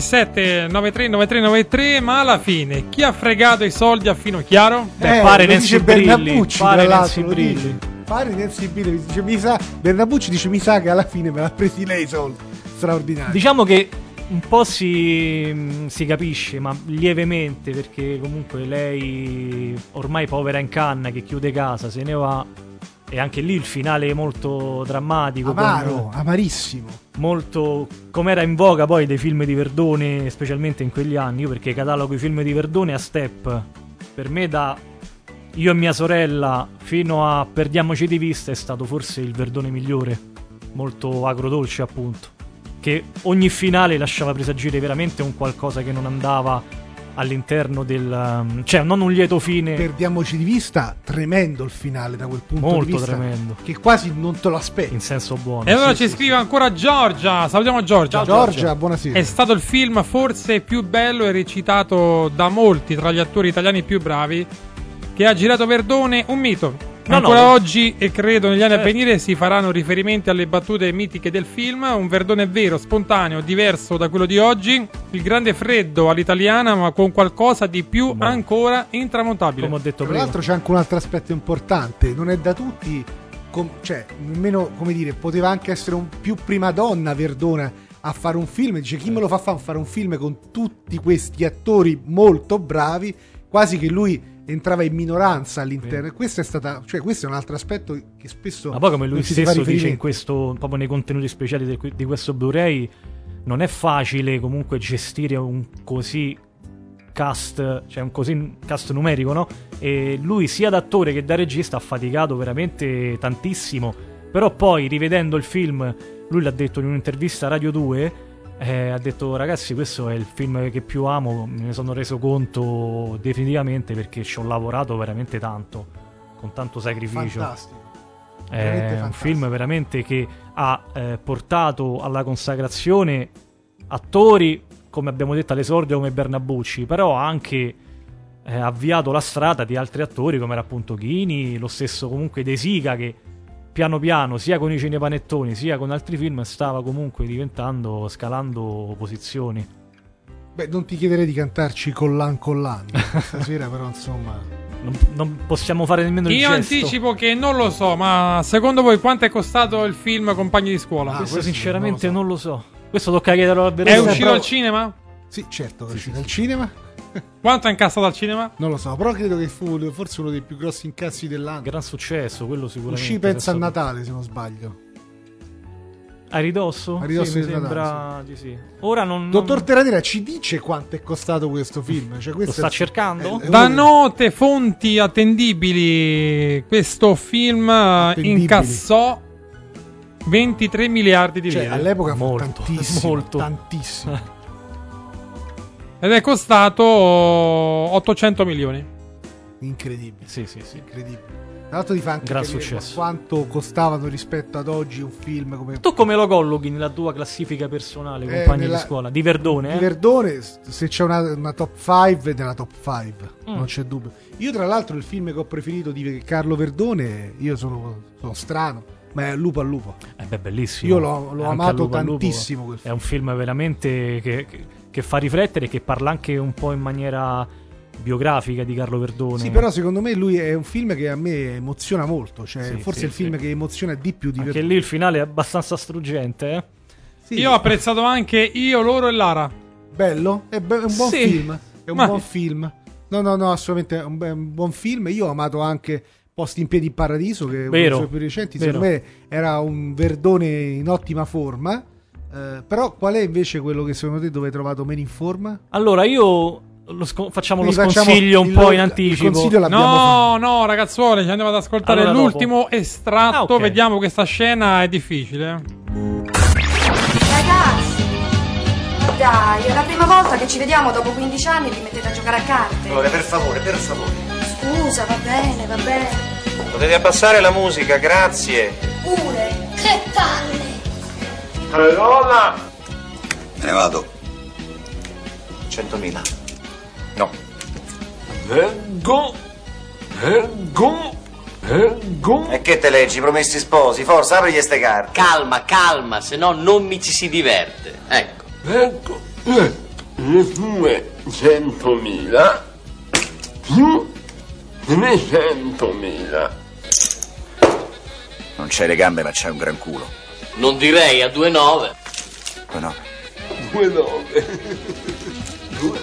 393-793-9393, ma alla fine chi ha fregato i soldi a Finocchiaro? Pare Nancy Brilli. Pare Nancy Brilli. Bernabucci dice mi sa che alla fine me l'ha presi lei i soldi. Straordinario. Diciamo che un po' si capisce, ma lievemente, perché comunque lei ormai povera in canna che chiude casa, se ne va, e anche lì il finale è molto drammatico, amarissimo, molto come era in voga poi dei film di Verdone, specialmente in quegli anni. Io perché catalogo i film di Verdone a step, per me da Io e mia sorella fino a Perdiamoci di vista è stato forse il Verdone migliore, molto agrodolce appunto, che ogni finale lasciava presagire veramente un qualcosa che non andava all'interno del... cioè non un lieto fine. Perdiamoci di vista, tremendo il finale da quel punto molto di vista. Molto tremendo. Che quasi non te lo aspetti. In senso buono. E allora ci scrive ancora Giorgia. Salutiamo Giorgia. Ciao Giorgia, buonasera. È stato il film forse più bello e recitato da molti tra gli attori italiani più bravi che ha girato Verdone, un mito. Ancora oggi, e credo negli anni a venire, si faranno riferimenti alle battute mitiche del film. Un Verdone vero, spontaneo, diverso da quello di oggi. Il grande freddo all'italiana, ma con qualcosa di più ancora intramontabile. Come ho detto tra prima. l'altro c'è anche un altro aspetto importante. Non è da tutti, cioè, nemmeno, come dire, poteva anche essere un più prima donna Verdone a fare un film. Dice, chi me lo fa fare un film con tutti questi attori molto bravi, quasi che lui entrava in minoranza all'interno. Questo è stata, cioè questo è un altro aspetto che spesso, ma poi come lui stesso dice in questo, proprio nei contenuti speciali di questo Blu-ray, non è facile comunque gestire un così cast, cioè un così cast numerico, no? E lui sia da attore che da regista ha faticato veramente tantissimo. Però poi rivedendo il film, lui l'ha detto in un'intervista a Radio 2, ha detto, ragazzi, questo è il film che più amo, me ne sono reso conto definitivamente, perché ci ho lavorato veramente tanto, con tanto sacrificio. Fantastico. È un film veramente che ha portato alla consacrazione attori, come abbiamo detto, all'esordio come Bernabucci, però ha anche avviato la strada di altri attori come era appunto Ghini, lo stesso comunque De Sica, che piano piano, sia con i cinepanettoni sia con altri film, stava comunque scalando posizioni. Beh, non ti chiederei di cantarci Collan stasera, però insomma non possiamo fare nemmeno il gesto. Io anticipo che non lo so, ma secondo voi quanto è costato il film Compagni di scuola? Questo sinceramente non lo so. Questo tocca chiederlo a Verdone. È uscito al cinema? Sì, certo, è uscito al cinema. Quanto ha incassato al cinema? Non lo so, però credo che fu forse uno dei più grossi incassi dell'anno. Gran successo, quello sicuramente. Uscì pensa a Natale, se non sbaglio. A ridosso? A ridosso sì, di Natale, sì. Sì. Ora Dottor Teradera ci dice quanto è costato questo film? Cioè, questo lo sta cercando? Da note fonti attendibili, questo film incassò 23 miliardi di lire. All'epoca fu molto. tantissimo. Ed è costato 800 milioni. Incredibile. Sì. Incredibile. Tra l'altro ti fa anche gran capire successo. Quanto costavano rispetto ad oggi un film come... Tu come lo collochi nella tua classifica personale, Compagni di scuola? Di Verdone? Di Verdone, se c'è una top 5 è nella top 5, non c'è dubbio. Io tra l'altro il film che ho preferito di Carlo Verdone, io sono strano, ma è Lupo al Lupo. Bellissimo. Io l'ho amato tantissimo quel film. È un film veramente che fa riflettere, che parla anche un po' in maniera biografica di Carlo Verdone. Sì, però secondo me lui è un film che a me emoziona molto, cioè forse è il film che emoziona di più di Verdone. Anche lì il finale è abbastanza struggente, Sì. Io ho apprezzato anche Io, loro e Lara. Bello? È un buon film. È un buon film. No, assolutamente è un buon film. Io ho amato anche Posti in piedi in paradiso, che è uno dei suoi più recenti. Secondo me era un Verdone in ottima forma. Però qual è invece quello che secondo te dove hai trovato meno in forma? Allora io facciamo lo sconsiglio un po' in anticipo. No, ragazzuoli, ci andiamo ad ascoltare l'ultimo estratto. Okay. Vediamo, questa scena è difficile. Ragazzi, ma dai, è la prima volta che ci vediamo dopo 15 anni e vi mettete a giocare a carte. Allora, per favore. Scusa, va bene. Potete abbassare la musica, grazie. Pure. Che palle. Allora, me ne vado. 100.000. No. Vengo. E che te leggi, Promessi Sposi? Forza, apri ste carte. Calma, se no non mi ci si diverte. Ecco. Ecco, le tue 100.000 più 300.000. Non c'hai le gambe, ma c'hai un gran culo. Non direi a 2,9. 2,9. 2,9.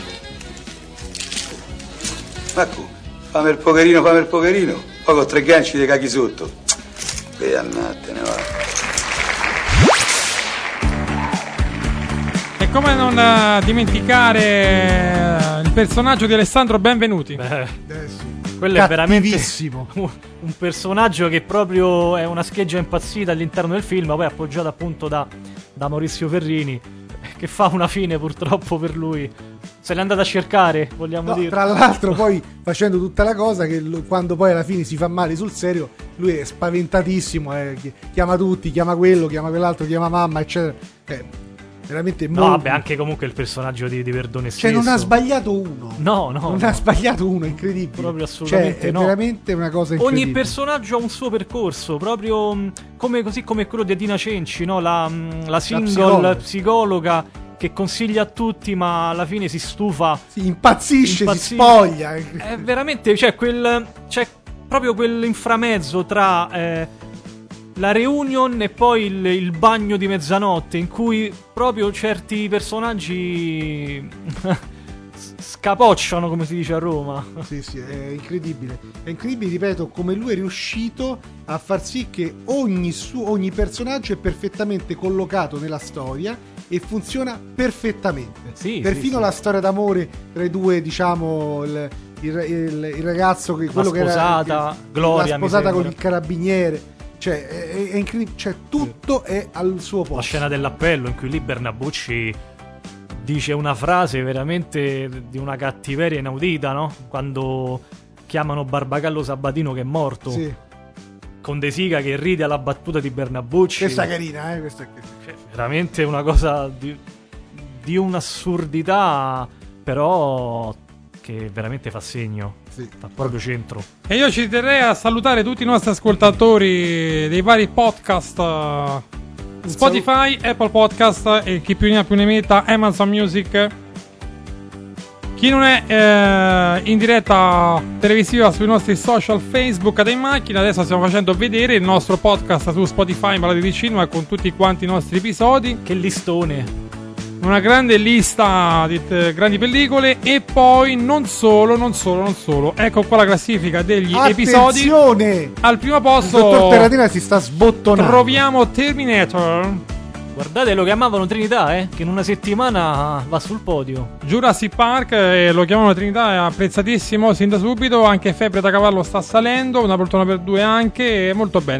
Ma come? Fammi il pocherino. Poi con 3 ganci dei caghi sotto. E annattene, va. E come non dimenticare il personaggio di Alessandro Benvenuti? Sì. Quello è veramente un personaggio che proprio è una scheggia impazzita all'interno del film, poi appoggiato appunto da Maurizio Ferrini, che fa una fine purtroppo per lui. Se l'è andata a cercare, vogliamo dire. Tra l'altro poi facendo tutta la cosa che quando poi alla fine si fa male sul serio, lui è spaventatissimo, chiama tutti, chiama quello, chiama quell'altro, chiama mamma, eccetera. Veramente molto... No, vabbè, anche comunque il personaggio di Verdone stesso. Cioè non ha sbagliato uno. No. Ha sbagliato uno, incredibile. Proprio assolutamente cioè, è veramente una cosa incredibile. Ogni personaggio ha un suo percorso, proprio così come quello di Adina Cenci, no? La single psicologa che consiglia a tutti, ma alla fine si stufa. Si impazzisce, si spoglia. È veramente, c'è proprio quell'inframezzo tra la reunion e poi il bagno di mezzanotte, in cui proprio certi personaggi scapocciano, come si dice a Roma. Sì, è incredibile. È incredibile, ripeto, come lui è riuscito a far sì che ogni personaggio è perfettamente collocato nella storia e funziona perfettamente. Perfino la storia d'amore tra i due, diciamo, il ragazzo che quello sposata, Gloria, la sposata con il carabiniere. Cioè, è incredibile, cioè, tutto è al suo posto. La scena dell'appello in cui lì Bernabucci dice una frase veramente di una cattiveria inaudita, no? Quando chiamano Barbagallo Sabatino che è morto. Sì. Con De Sica che ride alla battuta di Bernabucci. Questa è carina, questa è carina. Cioè, veramente una cosa di un'assurdità, però che veramente fa segno. Sì. Fa proprio centro. E io ci terrei a salutare tutti i nostri ascoltatori dei vari podcast, Spotify, Apple Podcast e chi più ne ha più ne metta, Amazon Music. Chi non è in diretta televisiva sui nostri social Facebook dei macchine, adesso stiamo facendo vedere il nostro podcast su Spotify, Malati di Cinema, con tutti quanti i nostri episodi. Che listone! Una grande lista di grandi pellicole. E poi non solo. Ecco qua la classifica degli episodi. Al primo posto, il dottor Terratina si sta sbottonando. Troviamo Terminator. Guardate, lo chiamavano Trinità, che in una settimana va sul podio. Jurassic Park, lo chiamavano Trinità, è apprezzatissimo sin da subito. Anche Febbre da cavallo sta salendo. Una poltrona per due anche. Molto bene.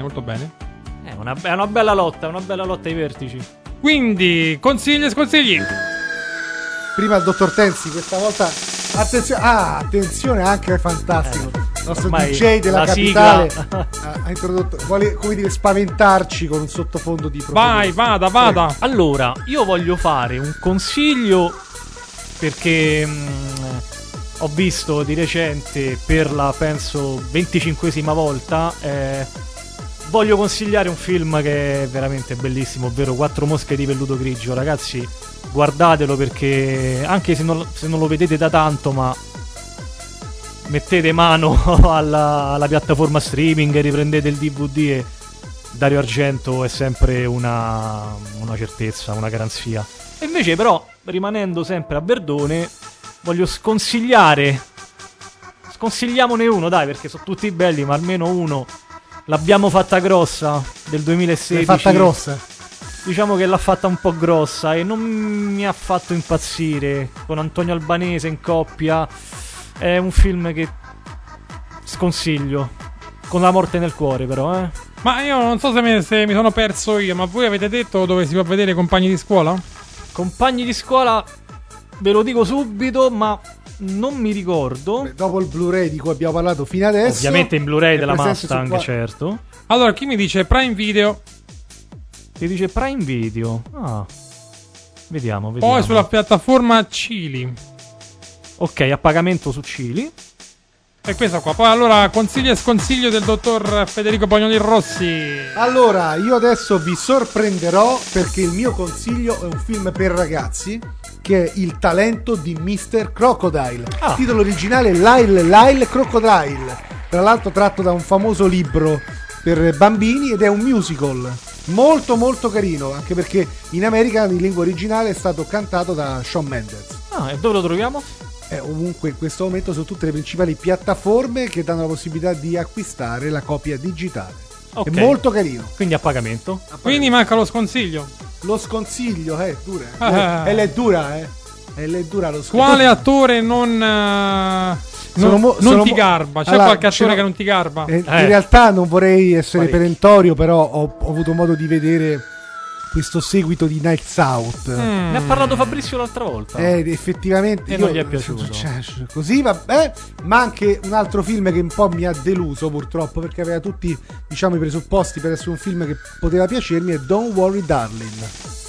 È una bella lotta ai vertici. Quindi, consigli e sconsigli. Prima il dottor Tenzi, questa volta attenzione, anche fantastico. Il nostro DJ della capitale ha introdotto, vuole, come dire, spaventarci con un sottofondo di Vai, vada. Allora, io voglio fare un consiglio perché ho visto di recente per la, penso, 25esima volta, voglio consigliare un film che è veramente bellissimo, ovvero Quattro mosche di velluto grigio. Ragazzi, guardatelo, perché anche se non lo vedete da tanto, ma mettete mano alla piattaforma streaming, riprendete il DVD e Dario Argento è sempre una certezza, una garanzia. E invece però rimanendo sempre a Verdone, voglio sconsigliamone uno, dai, perché sono tutti belli, ma almeno uno. L'abbiamo fatta grossa del 2016. L'hai fatta grossa? Diciamo che l'ha fatta un po' grossa e non mi ha fatto impazzire. Con Antonio Albanese in coppia. È un film che sconsiglio. Con la morte nel cuore, però, Ma io non so se mi sono perso io, ma voi avete detto dove si può vedere Compagni di scuola? Compagni di scuola, ve lo dico subito, ma non mi ricordo. Beh, dopo il Blu-ray di cui abbiamo parlato fino adesso, ovviamente in Blu-ray della Mustang, certo. Allora, chi mi dice Prime Video? Ti dice Prime Video. Ah, vediamo. Poi sulla piattaforma Cili. Ok, a pagamento su Cili. E questa qua. Poi allora consiglio e sconsiglio del dottor Federico Bagnoli Rossi. Allora, io adesso vi sorprenderò perché il mio consiglio è un film per ragazzi che è Il talento di Mr. Crocodile. Il titolo originale è Lyle Crocodile. Tra l'altro tratto da un famoso libro per bambini ed è un musical. Molto molto carino, anche perché in America in lingua originale è stato cantato da Shawn Mendes. Ah, e dove lo troviamo? Ovunque in questo momento su tutte le principali piattaforme che danno la possibilità di acquistare la copia digitale. Okay. È molto carino. Quindi a pagamento. Quindi manca lo sconsiglio. Lo sconsiglio, è dura. È dura, È dura lo sconsiglio. Quale attore non ti garba? C'è qualche attore che non ti garba? In realtà non vorrei essere perentorio, però ho avuto modo di vedere questo seguito di Nights Out. Ne ha parlato Fabrizio l'altra volta. Effettivamente. E non gli è piaciuto. Così vabbè. Ma anche un altro film che un po' mi ha deluso purtroppo, perché aveva tutti, diciamo, i presupposti per essere un film che poteva piacermi, è Don't Worry Darling.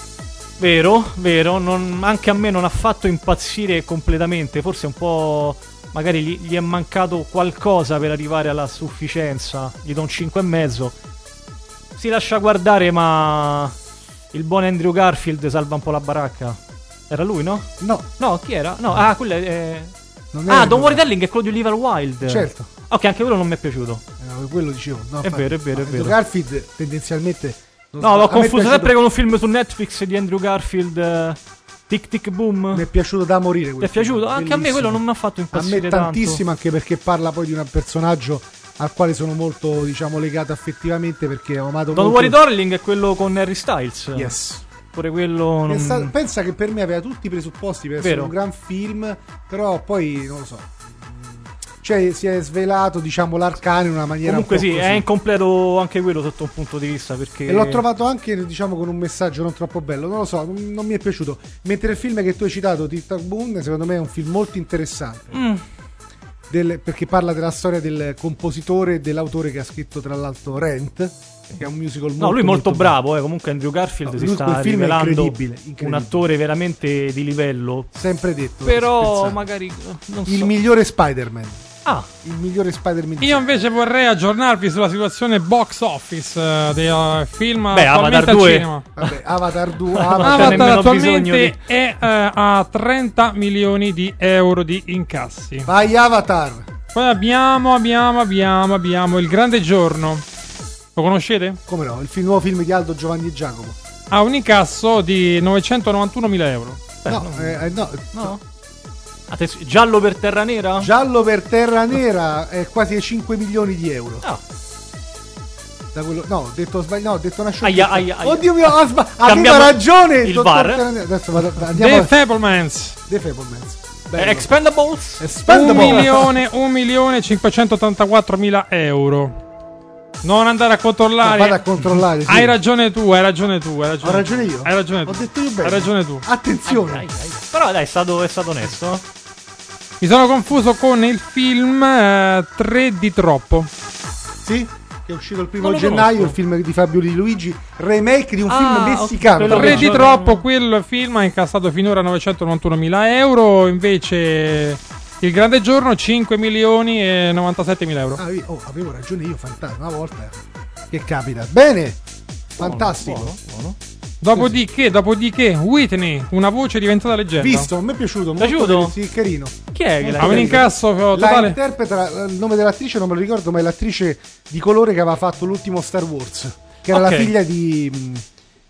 Vero. Anche a me non ha fatto impazzire completamente. Forse un po'. Magari gli è mancato qualcosa per arrivare alla sufficienza. Gli do un 5,5. Si lascia guardare, ma il buon Andrew Garfield salva un po' la baracca. Era lui, no? No, chi era? No, quello è... Don't Worry Darling è quello di Oliver Wilde. Certo. Ok, anche quello non mi è piaciuto. Quello dicevo. No, è vero. Andrew Garfield tendenzialmente... l'ho confuso sempre con un film su Netflix di Andrew Garfield... Tic Tic Boom. Mi è piaciuto da morire. Ti è piaciuto? Anche a me quello non mi ha fatto impazzire. A me tantissimo, anche perché parla poi di un personaggio al quale sono molto, diciamo, legato affettivamente, perché ho amato Don't Worry Darling è quello con Harry Styles. Yes. Pure quello pensa che per me aveva tutti i presupposti per essere un gran film, però poi non lo so. Cioè si è svelato, diciamo, l'arcano in una maniera comunque un po' sì, così. È incompleto anche quello sotto un punto di vista, perché... E l'ho trovato anche, diciamo, con un messaggio non troppo bello. Non lo so, non mi è piaciuto. Mentre il film che tu hai citato, Tic Tac Boom, secondo me è un film molto interessante. Perché parla della storia del compositore e dell'autore che ha scritto, tra l'altro, Rent, che è un musical molto... No, lui molto bravo. Comunque Andrew Garfield si sta rivelando incredibile. Un attore veramente di livello. Sempre detto. Però magari... non so. Il migliore Spider-Man. Il migliore Spider-Man. Io invece vorrei aggiornarvi sulla situazione box office dei film Avatar 2. Vabbè, Avatar 2. Avatar attualmente è a 30 milioni di euro di incassi. Vai Avatar. Poi abbiamo Il Grande Giorno. Lo conoscete? Come no? Il nuovo film di Aldo, Giovanni e Giacomo. Ha un incasso di 991.000 euro. No. Giallo per Terra Nera? Giallo per Terra Nera è quasi ai 5 milioni di euro. Da quello, ho detto una sciocchezza. Oddio mio, aveva ragione il VAR. Adesso andiamo The Fablemans. Expendables. 1.584.000 euro. Non andare a controllare. Vado a controllare. Hai ragione tu. Ho ragione io. Hai ragione tu. Ho detto io bene. Hai ragione tu. Attenzione. Però dai, è stato onesto. Mi sono confuso con il film 3 di troppo. Sì? Che è uscito il 1 gennaio, il film di Fabio Di Luigi, remake di un film messicano. 3 di troppo, quel film ha incassato finora 991.000 euro, invece Il Grande Giorno 5.097.000 euro. Avevo ragione io, fantastico, una volta che capita. Bene, fantastico. Buono. Dopodiché, Whitney, una voce diventata leggenda. Visto, a me è piaciuto. Molto sì, carino. Chi è che ha un incasso totale? La interpreta, il nome dell'attrice non me lo ricordo, ma è l'attrice di colore che aveva fatto l'ultimo Star Wars, che era la figlia di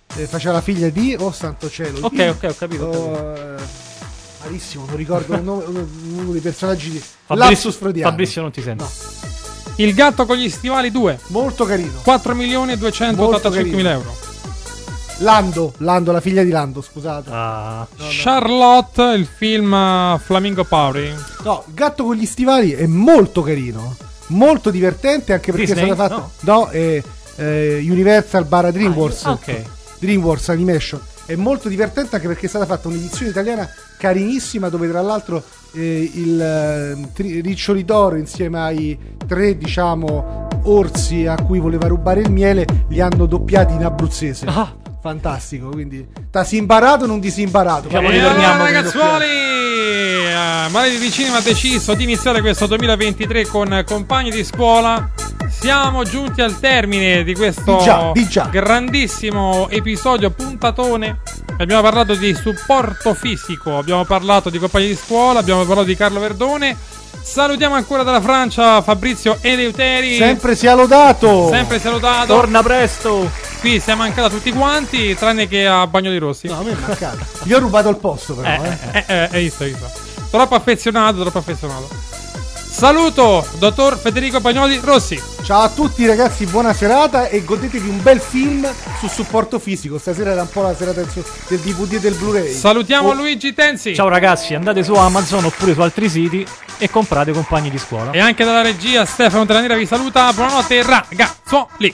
faceva la figlia di santo cielo. Ok, ho capito. Malissimo, non ricordo uno dei personaggi di lapsus freudiano. Fabrizio non ti sente. No. Il gatto con gli stivali 2. Molto carino. 4.285.000 euro. Lando, la figlia di Lando, scusate. No. Charlotte, il film Flamingo Party. No, il gatto con gli stivali è molto carino, molto divertente, anche perché Disney? è stato fatto. No, è Universal / DreamWorks. Ok. DreamWorks Animation. È molto divertente anche perché è stata fatta un'edizione italiana carinissima, dove tra l'altro il Riccioli d'Oro insieme ai 3 orsi a cui voleva rubare il miele li hanno doppiati in abruzzese. Fantastico, quindi disimbarato non disimbarato. E allora, ragazzuoli, Malati di Cinema ha deciso di iniziare questo 2023 con Compagni di Scuola. Siamo giunti al termine di questo grandissimo episodio puntatone. Abbiamo parlato di supporto fisico, abbiamo parlato di Compagni di Scuola, abbiamo parlato di Carlo Verdone. Salutiamo ancora dalla Francia Fabrizio Eleuteri. Sempre sia lodato. Torna presto. Qui si è mancato a tutti quanti, tranne che a Bagno di Rossi. No, a me è mancato. Gli ho rubato il posto però. Visto. Troppo affezionato. Saluto, dottor Federico Bagnoli Rossi. Ciao a tutti ragazzi, buona serata e godetevi un bel film su supporto fisico. Stasera era un po' la serata del DVD e del Blu-ray. Salutiamo Luigi Tenzi. Ciao ragazzi, andate su Amazon oppure su altri siti e comprate Compagni di Scuola. E anche dalla regia Stefano Teranera vi saluta. Buonanotte ragazzuoli.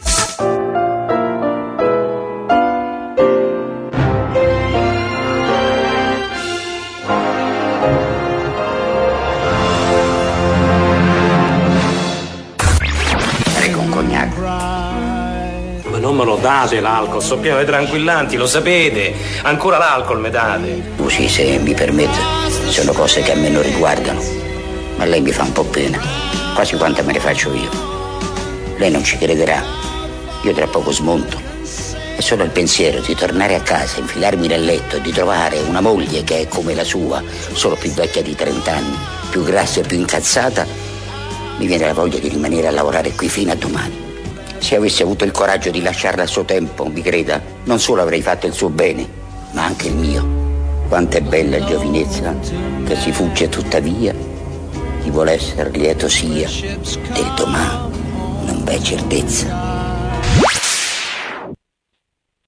Ma non me lo date l'alcol, so pieno di tranquillanti, lo sapete. Ancora l'alcol me date. Scusi, se mi permette, sono cose che a me non riguardano. Ma lei mi fa un po' pena, quasi quanto me ne faccio io. Lei non ci crederà, io tra poco smonto. E solo il pensiero di tornare a casa, infilarmi nel letto e di trovare una moglie che è come la sua, solo più vecchia di 30 anni, più grassa e più incazzata, mi viene la voglia di rimanere a lavorare qui fino a domani. Se avessi avuto il coraggio di lasciarla a suo tempo, mi creda, non solo avrei fatto il suo bene, ma anche il mio. Quanto è bella giovinezza che si fugge tuttavia, chi vuole essere lieto sia, del domani non v'è certezza.